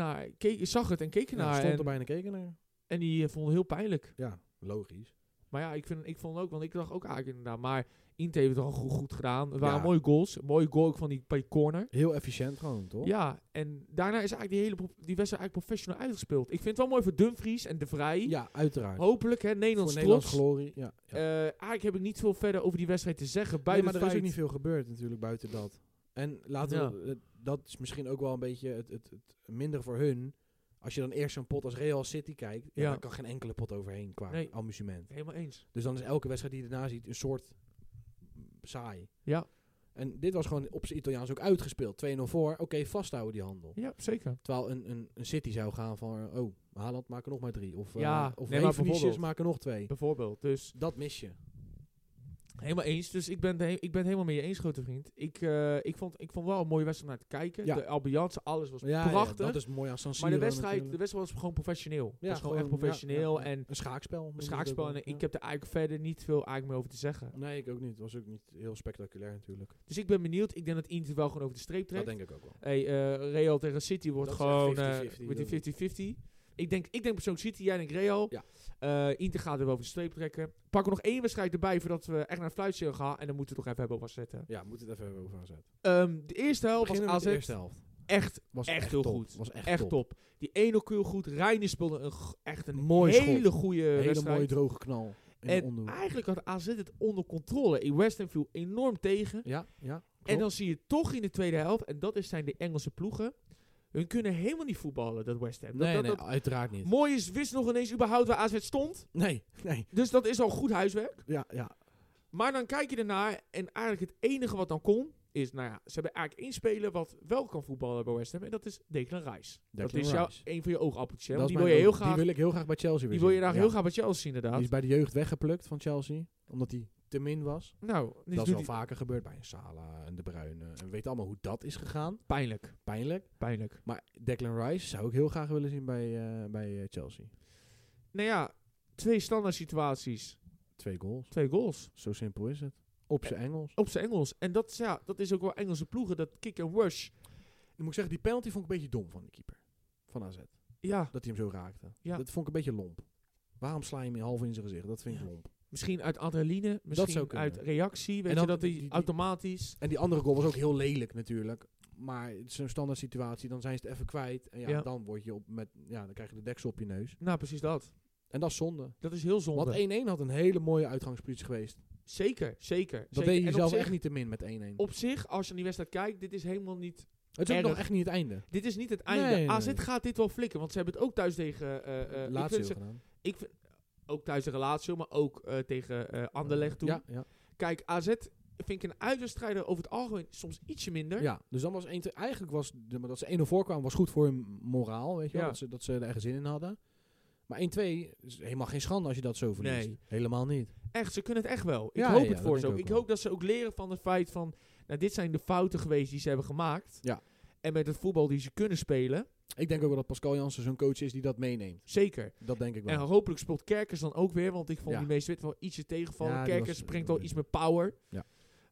zag het en keek ernaar. Stond erbij en keek ernaar. En die vond het heel pijnlijk. Ja, logisch. Maar ja, ik vond ook, want ik dacht ook eigenlijk inderdaad. Maar Inter heeft het al goed gedaan. Het waren mooie goals. Een mooie goal ook van die corner. Heel efficiënt gewoon, toch? Ja, en daarna is eigenlijk die wedstrijd eigenlijk professioneel uitgespeeld. Ik vind het wel mooi voor Dumfries en De Vrij. Ja, uiteraard. Hopelijk, hè, Nederlands voor Nederlands glorie. Ja. Eigenlijk heb ik niet veel verder over die wedstrijd te zeggen. Maar er is ook niet veel gebeurd natuurlijk buiten dat. En laten we, dat is misschien ook wel een beetje het minder voor hun. Als je dan eerst zo'n pot als Real City kijkt, dan kan geen enkele pot overheen qua amusement. Helemaal eens. Dus dan is elke wedstrijd die je daarna ziet een soort saai. Ja. En dit was gewoon op zijn Italiaans ook uitgespeeld. 2-0 voor. Oké, vasthouden die handel. Ja, zeker. Terwijl een City zou gaan van, Haaland maken nog maar 3. Of Vinicius maken nog 2. Bijvoorbeeld. Dus dat mis je. Helemaal eens. Dus ik ben het helemaal mee eens, grote vriend. Ik vond wel een mooie wedstrijd naar te kijken. Ja. De ambiance, alles was prachtig. Ja, dat is mooi aan San Siro. Maar de wedstrijd was gewoon professioneel. Ja, het was gewoon echt professioneel. En een schaakspel. En ik heb er eigenlijk verder niet veel meer over te zeggen. Nee, ik ook niet. Het was ook niet heel spectaculair natuurlijk. Dus ik ben benieuwd. Ik denk dat Inter wel gewoon over de streep trekt. Dat denk ik ook wel. Real tegen City wordt dat gewoon met die 50-50. Ik denk persoonlijk City, jij denkt Real. Ja. Inter gaat er wel over de streep trekken. Pakken we nog 1 wedstrijd erbij voordat we echt naar het fluitje gaan. En dan moeten we het toch even hebben over AZ. Ja, we moeten het even hebben over AZ. De eerste helft was AZ. De eerste helft. Echt heel goed. Was echt top. Die 1-0 heel goed. Reijnen speelde echt een mooi hele goede wedstrijd. Hele mooie droge knal. En eigenlijk had AZ het onder controle. In West Ham viel enorm tegen. Ja. En dan zie je toch in de tweede helft, en dat zijn de Engelse ploegen. Hun kunnen helemaal niet voetballen, dat West Ham. Nee, uiteraard niet. Mooi is, wist nog ineens überhaupt waar AZ stond. Nee. Dus dat is al goed huiswerk. Ja. Maar dan kijk je ernaar en eigenlijk het enige wat dan kon, is, ze hebben eigenlijk 1 speler wat wel kan voetballen bij West Ham. En dat is Declan Rice. Dat is een van je oogappeltjes. Die wil ik heel graag bij Chelsea weer Die wil je daar heel graag bij Chelsea zien, inderdaad. Die is bij de jeugd weggeplukt van Chelsea, omdat hij te min was. Nou, dat is wel vaker gebeurd bij een Salah en De Bruyne. En we weten allemaal hoe dat is gegaan. Pijnlijk. Maar Declan Rice zou ik heel graag willen zien bij Chelsea. Nou ja, 2 standaard situaties. 2 goals. 2 goals. Zo simpel is het. Op zijn Engels. En dat is ook wel Engelse ploegen, dat kick and rush. Dan moet ik zeggen, die penalty vond ik een beetje dom van de keeper. Van AZ. Ja. Dat hij hem zo raakte. Ja. Dat vond ik een beetje lomp. Waarom sla je hem half in zijn gezicht? Dat vind ik lomp. Misschien uit adrenaline, misschien uit reactie. Weet je, dat die automatisch... En die andere goal was ook heel lelijk natuurlijk. Maar het is een standaard situatie, dan zijn ze het even kwijt. En dan word je dan krijg je de deksel op je neus. Nou, precies dat. En dat is zonde. Dat is heel zonde. Want 1-1 had een hele mooie uitgangspositie geweest. Zeker. Dat deed je zelf echt niet te min met 1-1. Op zich, als je naar die wedstrijd kijkt, dit is helemaal niet... Het is ook nog echt niet het einde. Dit is niet het einde. Nee. AZ gaat dit wel flikken, want ze hebben het ook thuis tegen... Lazio gedaan. Ik vind ook thuis tegen Lazio, maar ook tegen Anderlecht toen. Ja. Kijk, AZ vind ik een uitwedstrijder over het algemeen soms ietsje minder. Ja, dus dan was 1-2... Eigenlijk was dat ze 1-0 voorkwamen, was goed voor hun moraal, weet je wel. Dat ze er echt zin in hadden. Maar 1-2 is helemaal geen schande als je dat zo verliest. Nee. Helemaal niet. Echt, ze kunnen het echt wel. Ik hoop het voor ze ook. Ik hoop dat ze ook leren van het feit van... dit zijn de fouten geweest die ze hebben gemaakt. Ja. En met het voetbal die ze kunnen spelen. Ik denk ook wel dat Pascal Jansen zo'n coach is die dat meeneemt. Zeker. Dat denk ik wel. En hopelijk speelt Kerkers dan ook weer. Want ik vond die meest wit wel ietsje tegenvallen. Ja, Kerkers brengt wel iets meer power. Ja.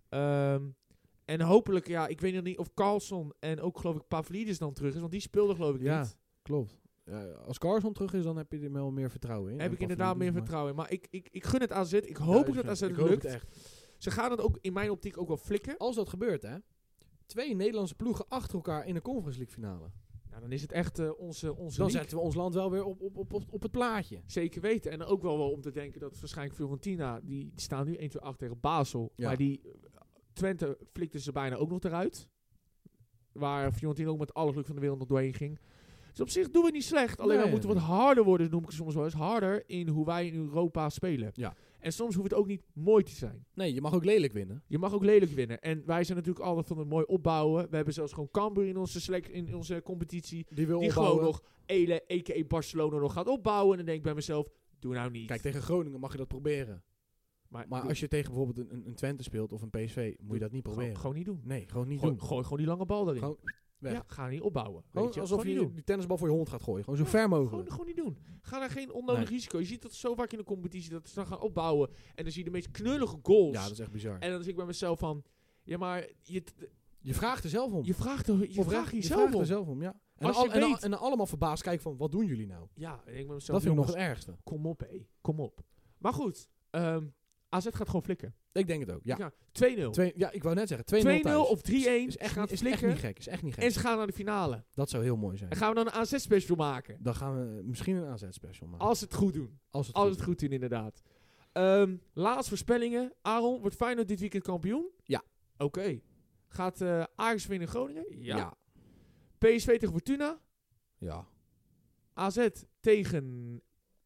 En hopelijk, ik weet nog niet of Carlson en ook geloof ik Pavlidis dan terug is. Want die speelde geloof ik niet. Ja, klopt. Ja, als Carlson terug is, dan heb je er wel meer vertrouwen in. Heb ik inderdaad meer vertrouwen in. Maar ik gun het AZ. Ik hoop ook dat AZ het lukt. Het echt. Ze gaan het ook in mijn optiek ook wel flikken. Als dat gebeurt, hè. 2 Nederlandse ploegen achter elkaar in de Conference League finale. Nou, dan is het echt onze Dan league. zetten we ons land wel weer op het plaatje. Zeker weten. En ook wel om te denken dat waarschijnlijk Fiorentina, die staan nu 1-2 achter tegen Basel. Ja. Maar die Twente flikten ze bijna ook nog eruit. Waar Fiorentina ook met alle geluk van de wereld nog doorheen ging. Dus op zich doen we het niet slecht. Alleen we moeten wat harder worden, noem ik het soms wel eens. Harder in hoe wij in Europa spelen. Ja. En soms hoeft het ook niet mooi te zijn. Nee, je mag ook lelijk winnen. Je mag ook lelijk winnen. En wij zijn natuurlijk altijd van het mooi opbouwen. We hebben zelfs gewoon Cambuur in onze competitie. Die gewoon nog a.k.a. Barcelona nog gaat opbouwen. En dan denk ik bij mezelf, doe nou niet. Kijk, tegen Groningen mag je dat proberen. Maar als je tegen bijvoorbeeld een Twente speelt of een PSV, moet je dat niet proberen. Gewoon niet doen. Nee, gewoon niet doen. Gooi gewoon die lange bal erin. Gewoon weg. Ja, ga niet opbouwen. Gewoon weet je. alsof Gewoon je niet doen. die tennisbal voor je hond gaat gooien. Gewoon zo ver mogelijk. Gewoon niet doen. Ga daar geen onnodig risico. Je ziet dat zo vaak in de competitie, dat ze dan gaan opbouwen. En dan zie je de meest knullige goals. Ja, dat is echt bizar. En dan zie ik bij mezelf van, ja maar, Je vraagt er zelf om. je vraagt jezelf er zelf om, ja. En, Als je weet- en dan allemaal verbaasd kijken van, wat doen jullie nou? Ja, en ik bij mezelf, Dat vind ik nog jongens, het ergste. kom op hé, kom op. Maar goed, AZ gaat gewoon flikken. Ik denk het ook, ja. 2-0. Ja, ik wou net zeggen, 2-0 2-0 thuis. of 3-1. Is echt, gaat is echt flikken. niet gek. Is echt niet gek. En ze gaan naar de finale. Dat zou heel mooi zijn. En gaan we dan een AZ-special maken. Dan gaan we misschien een AZ-special maken. Als ze het goed doen. Als het Als goed het goed doen, inderdaad. Laatste voorspellingen. Aaron, wordt Feyenoord dit weekend kampioen? Ja. Oké. Gaat Ajax winnen in Groningen? Ja. Ja. PSV tegen Fortuna? Ja. AZ tegen...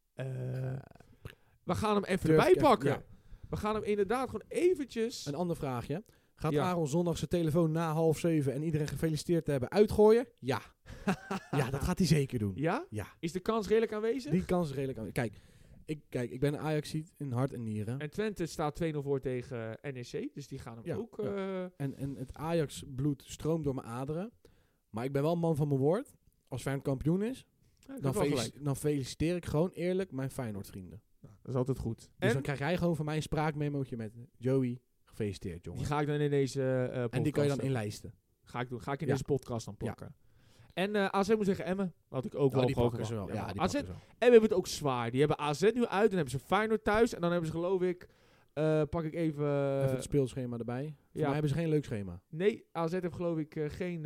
we gaan hem even Durf erbij ik pakken. even- We gaan hem inderdaad gewoon eventjes... Een ander vraagje. Gaat Ja. Aaron zondag zijn telefoon na 6:30 en iedereen gefeliciteerd te hebben uitgooien? Ja. Ja, dat gaat hij zeker doen. Ja? Ja. Is de kans redelijk aanwezig? Die kans is redelijk aan. Kijk, ik ben een Ajaxiet in hart en nieren. En Twente staat 2-0 voor tegen NEC. Dus die gaan hem Ja, ook... ja. En het Ajax-bloed stroomt door mijn aderen. Maar ik ben wel een man van mijn woord. Als Feyenoord kampioen is, dan feliciteer ik gewoon eerlijk mijn Feyenoord-vrienden. dat is altijd goed. Dus En dan krijg jij gewoon van mij een spraakmemootje met Joey. Gefeliciteerd, jongen. die ga ik dan in deze podcast... En die kan je dan inlijsten. Ga ik doen. Ga ik in Ja. deze podcast dan plakken. En AZ moet tegen Emmen. Wat ik ook wel die gewoon pakken ze wel. verwacht. Ja, die AZ, pakken ze wel. Emmen hebben het ook zwaar. Die hebben AZ nu uit. Dan hebben ze Feyenoord thuis. En dan hebben ze geloof ik... pak ik even... Even het speelschema erbij. Voor ja. mij hebben ze geen leuk schema. Nee, AZ heeft geloof ik geen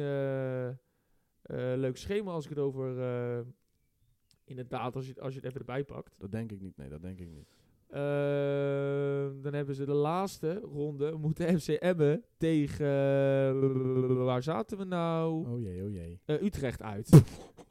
leuk schema als ik het over... inderdaad, als je het even erbij pakt. Dat denk ik niet. Nee, dat denk ik niet. Dan hebben ze de laatste ronde. Moeten FC Emmen tegen... waar zaten we nou? Oh jee. Utrecht uit.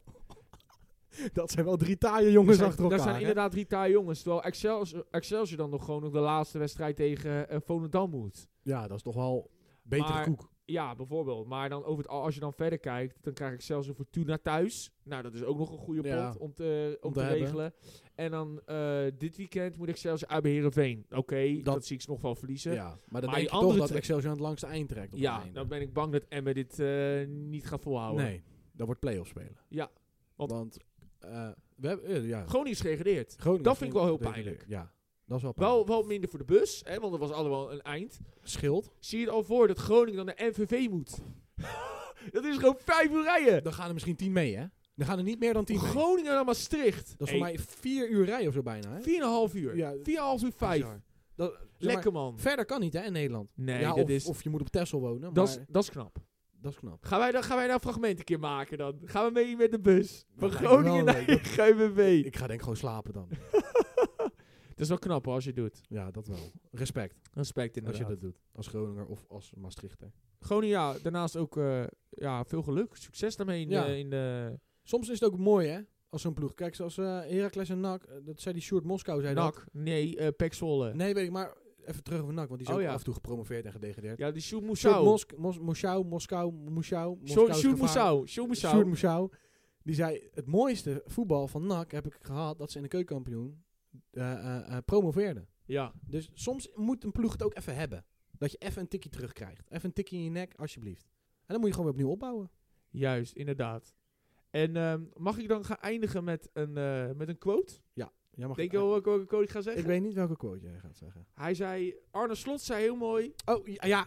Dat zijn wel 3 taaie jongens achter elkaar. Dat zijn hè? inderdaad 3 taaie jongens. Terwijl Excelsior dan nog gewoon nog de laatste wedstrijd tegen Volendam moet. Ja, dat is toch wel betere Maar- koek. Ja, bijvoorbeeld. Maar dan als je dan verder kijkt, dan krijg ik Excelsior Fortuna thuis. Nou, dat is ook nog een goede Ja, pot om te hebben. regelen. En dan dit weekend moet Excelsior uit bij Heerenveen. Oké, dat Dat- zie ik nog wel verliezen. Ja, maar dan Maar denk die je toch andere dat twee- Excelsior aan het langste eind trekt. Op Ja, het einde. dan ben ik bang dat Emmen dit niet gaat volhouden. Nee, dat wordt play-off spelen. Ja, Want we hebben... ja, Groningen is geregeerd. Groningen dat vind ik wel heel gedegradeerd. pijnlijk. Ja, dat is wel pijnlijk. Wel minder voor de bus, hè, want er was allemaal een eind. Schild. Zie je het al voor dat Groningen dan naar MVV moet? Dat is gewoon 5 uur rijden. Dan gaan er misschien 10 mee, hè? Dan gaan er niet meer dan 10 mee. Groningen naar Maastricht. Dat is voor mij 4 uur rijden of zo bijna, hè? 4,5 uur. Ja, 4,5 uur 5. Bizar. Dat, zeg Lekker maar, man. verder kan niet, hè, in Nederland. Nee, ja, dat is, of je moet op Texel wonen, dat, is, maar dat is knap. dat is knap. Gaan wij nou een fragment een keer maken dan? Gaan we mee met de bus? Van lijkt me Groningen wel naar leuk. GVV. Ik ga denk ik gewoon slapen dan. Dat is wel knap hoor, als je het doet. Ja, dat wel. Respect Respect als inderdaad. je dat doet. Als Groninger of als Maastrichter. Groningen, ja, daarnaast ook veel geluk. Succes daarmee Ja. in de Soms is het ook mooi, hè? Als zo'n ploeg. Kijk, zoals Heracles en NAC. Dat zei die Sjoerd Moskou. Zei NAC. Nee, Pek Zwolle. Dat. Nee, weet ik. Maar even terug over NAC. Want die is Oh, ook ja. af en toe gepromoveerd en gedegradeerd. Ja, die Sjoerd Sjoerd Moussou. Moskou. Sjoerd Moussou. Sjoerd Moussou. Die zei, het mooiste voetbal van NAC heb ik gehad dat ze in de keukenkampioen promoveerden. Ja. Dus soms moet een ploeg het ook even hebben. Dat je even een tikkie terugkrijgt. Even een tikkie in je nek, alsjeblieft. En dan moet je gewoon weer opnieuw opbouwen. Juist, inderdaad. En mag ik dan gaan eindigen met een quote? Jij mag Denk je wel welke quote ik ga zeggen? Ik weet niet welke quote jij gaat zeggen. Hij zei, Arne Slot zei heel mooi. Oh, ja.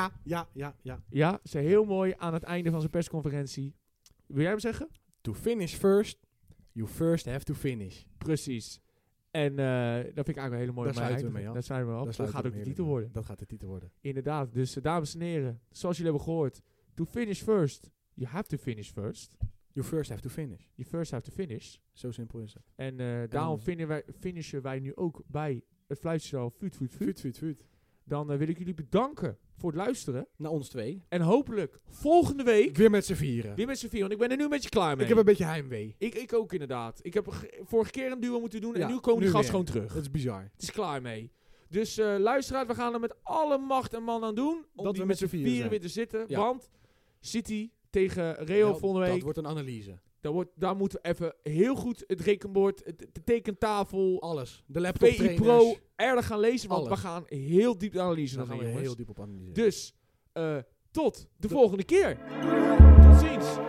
Ja, zei heel mooi aan het einde van zijn persconferentie. Wil jij hem zeggen? To finish first, you first have to finish. Precies. En dat vind ik eigenlijk een hele mooie. Daar sluiten we mee af. Dat zijn we af. Dat sluiten gaat we ook de heerlijk titel mee. worden. Dat gaat de titel worden. Inderdaad. Dus dames en heren, zoals jullie hebben gehoord. To finish first, you have to finish first. You first have to finish. You first have to finish. Zo simpel is het. En daarom finishen wij nu ook bij het fluitspel Fuut, Fuut, Fuut. Fuut. Dan wil ik jullie bedanken voor het luisteren. Naar ons 2. En hopelijk volgende week Weer met z'n vieren. weer met z'n vier. Want ik ben er nu een beetje klaar mee. Ik heb een beetje heimwee. Ik ook inderdaad. Ik heb vorige keer een duo moeten doen. Ja, en nu komen die nu gasten weer. gewoon terug. Dat is bizar. Het is klaar mee. Dus luisteraars, we gaan er met alle macht en man aan doen. Om Dat die we met z'n vieren vieren zijn. weer te zitten. Ja. Want City tegen Real Nou, volgende week. Dat wordt een analyse. Daar moeten we even heel goed het rekenbord, de tekentafel, Alles. De laptop VI Pro erg gaan lezen. Want we gaan heel diep de analyse Daar nog gaan in, we jongens. heel diep op analyseren. Dus tot de volgende keer. Tot ziens.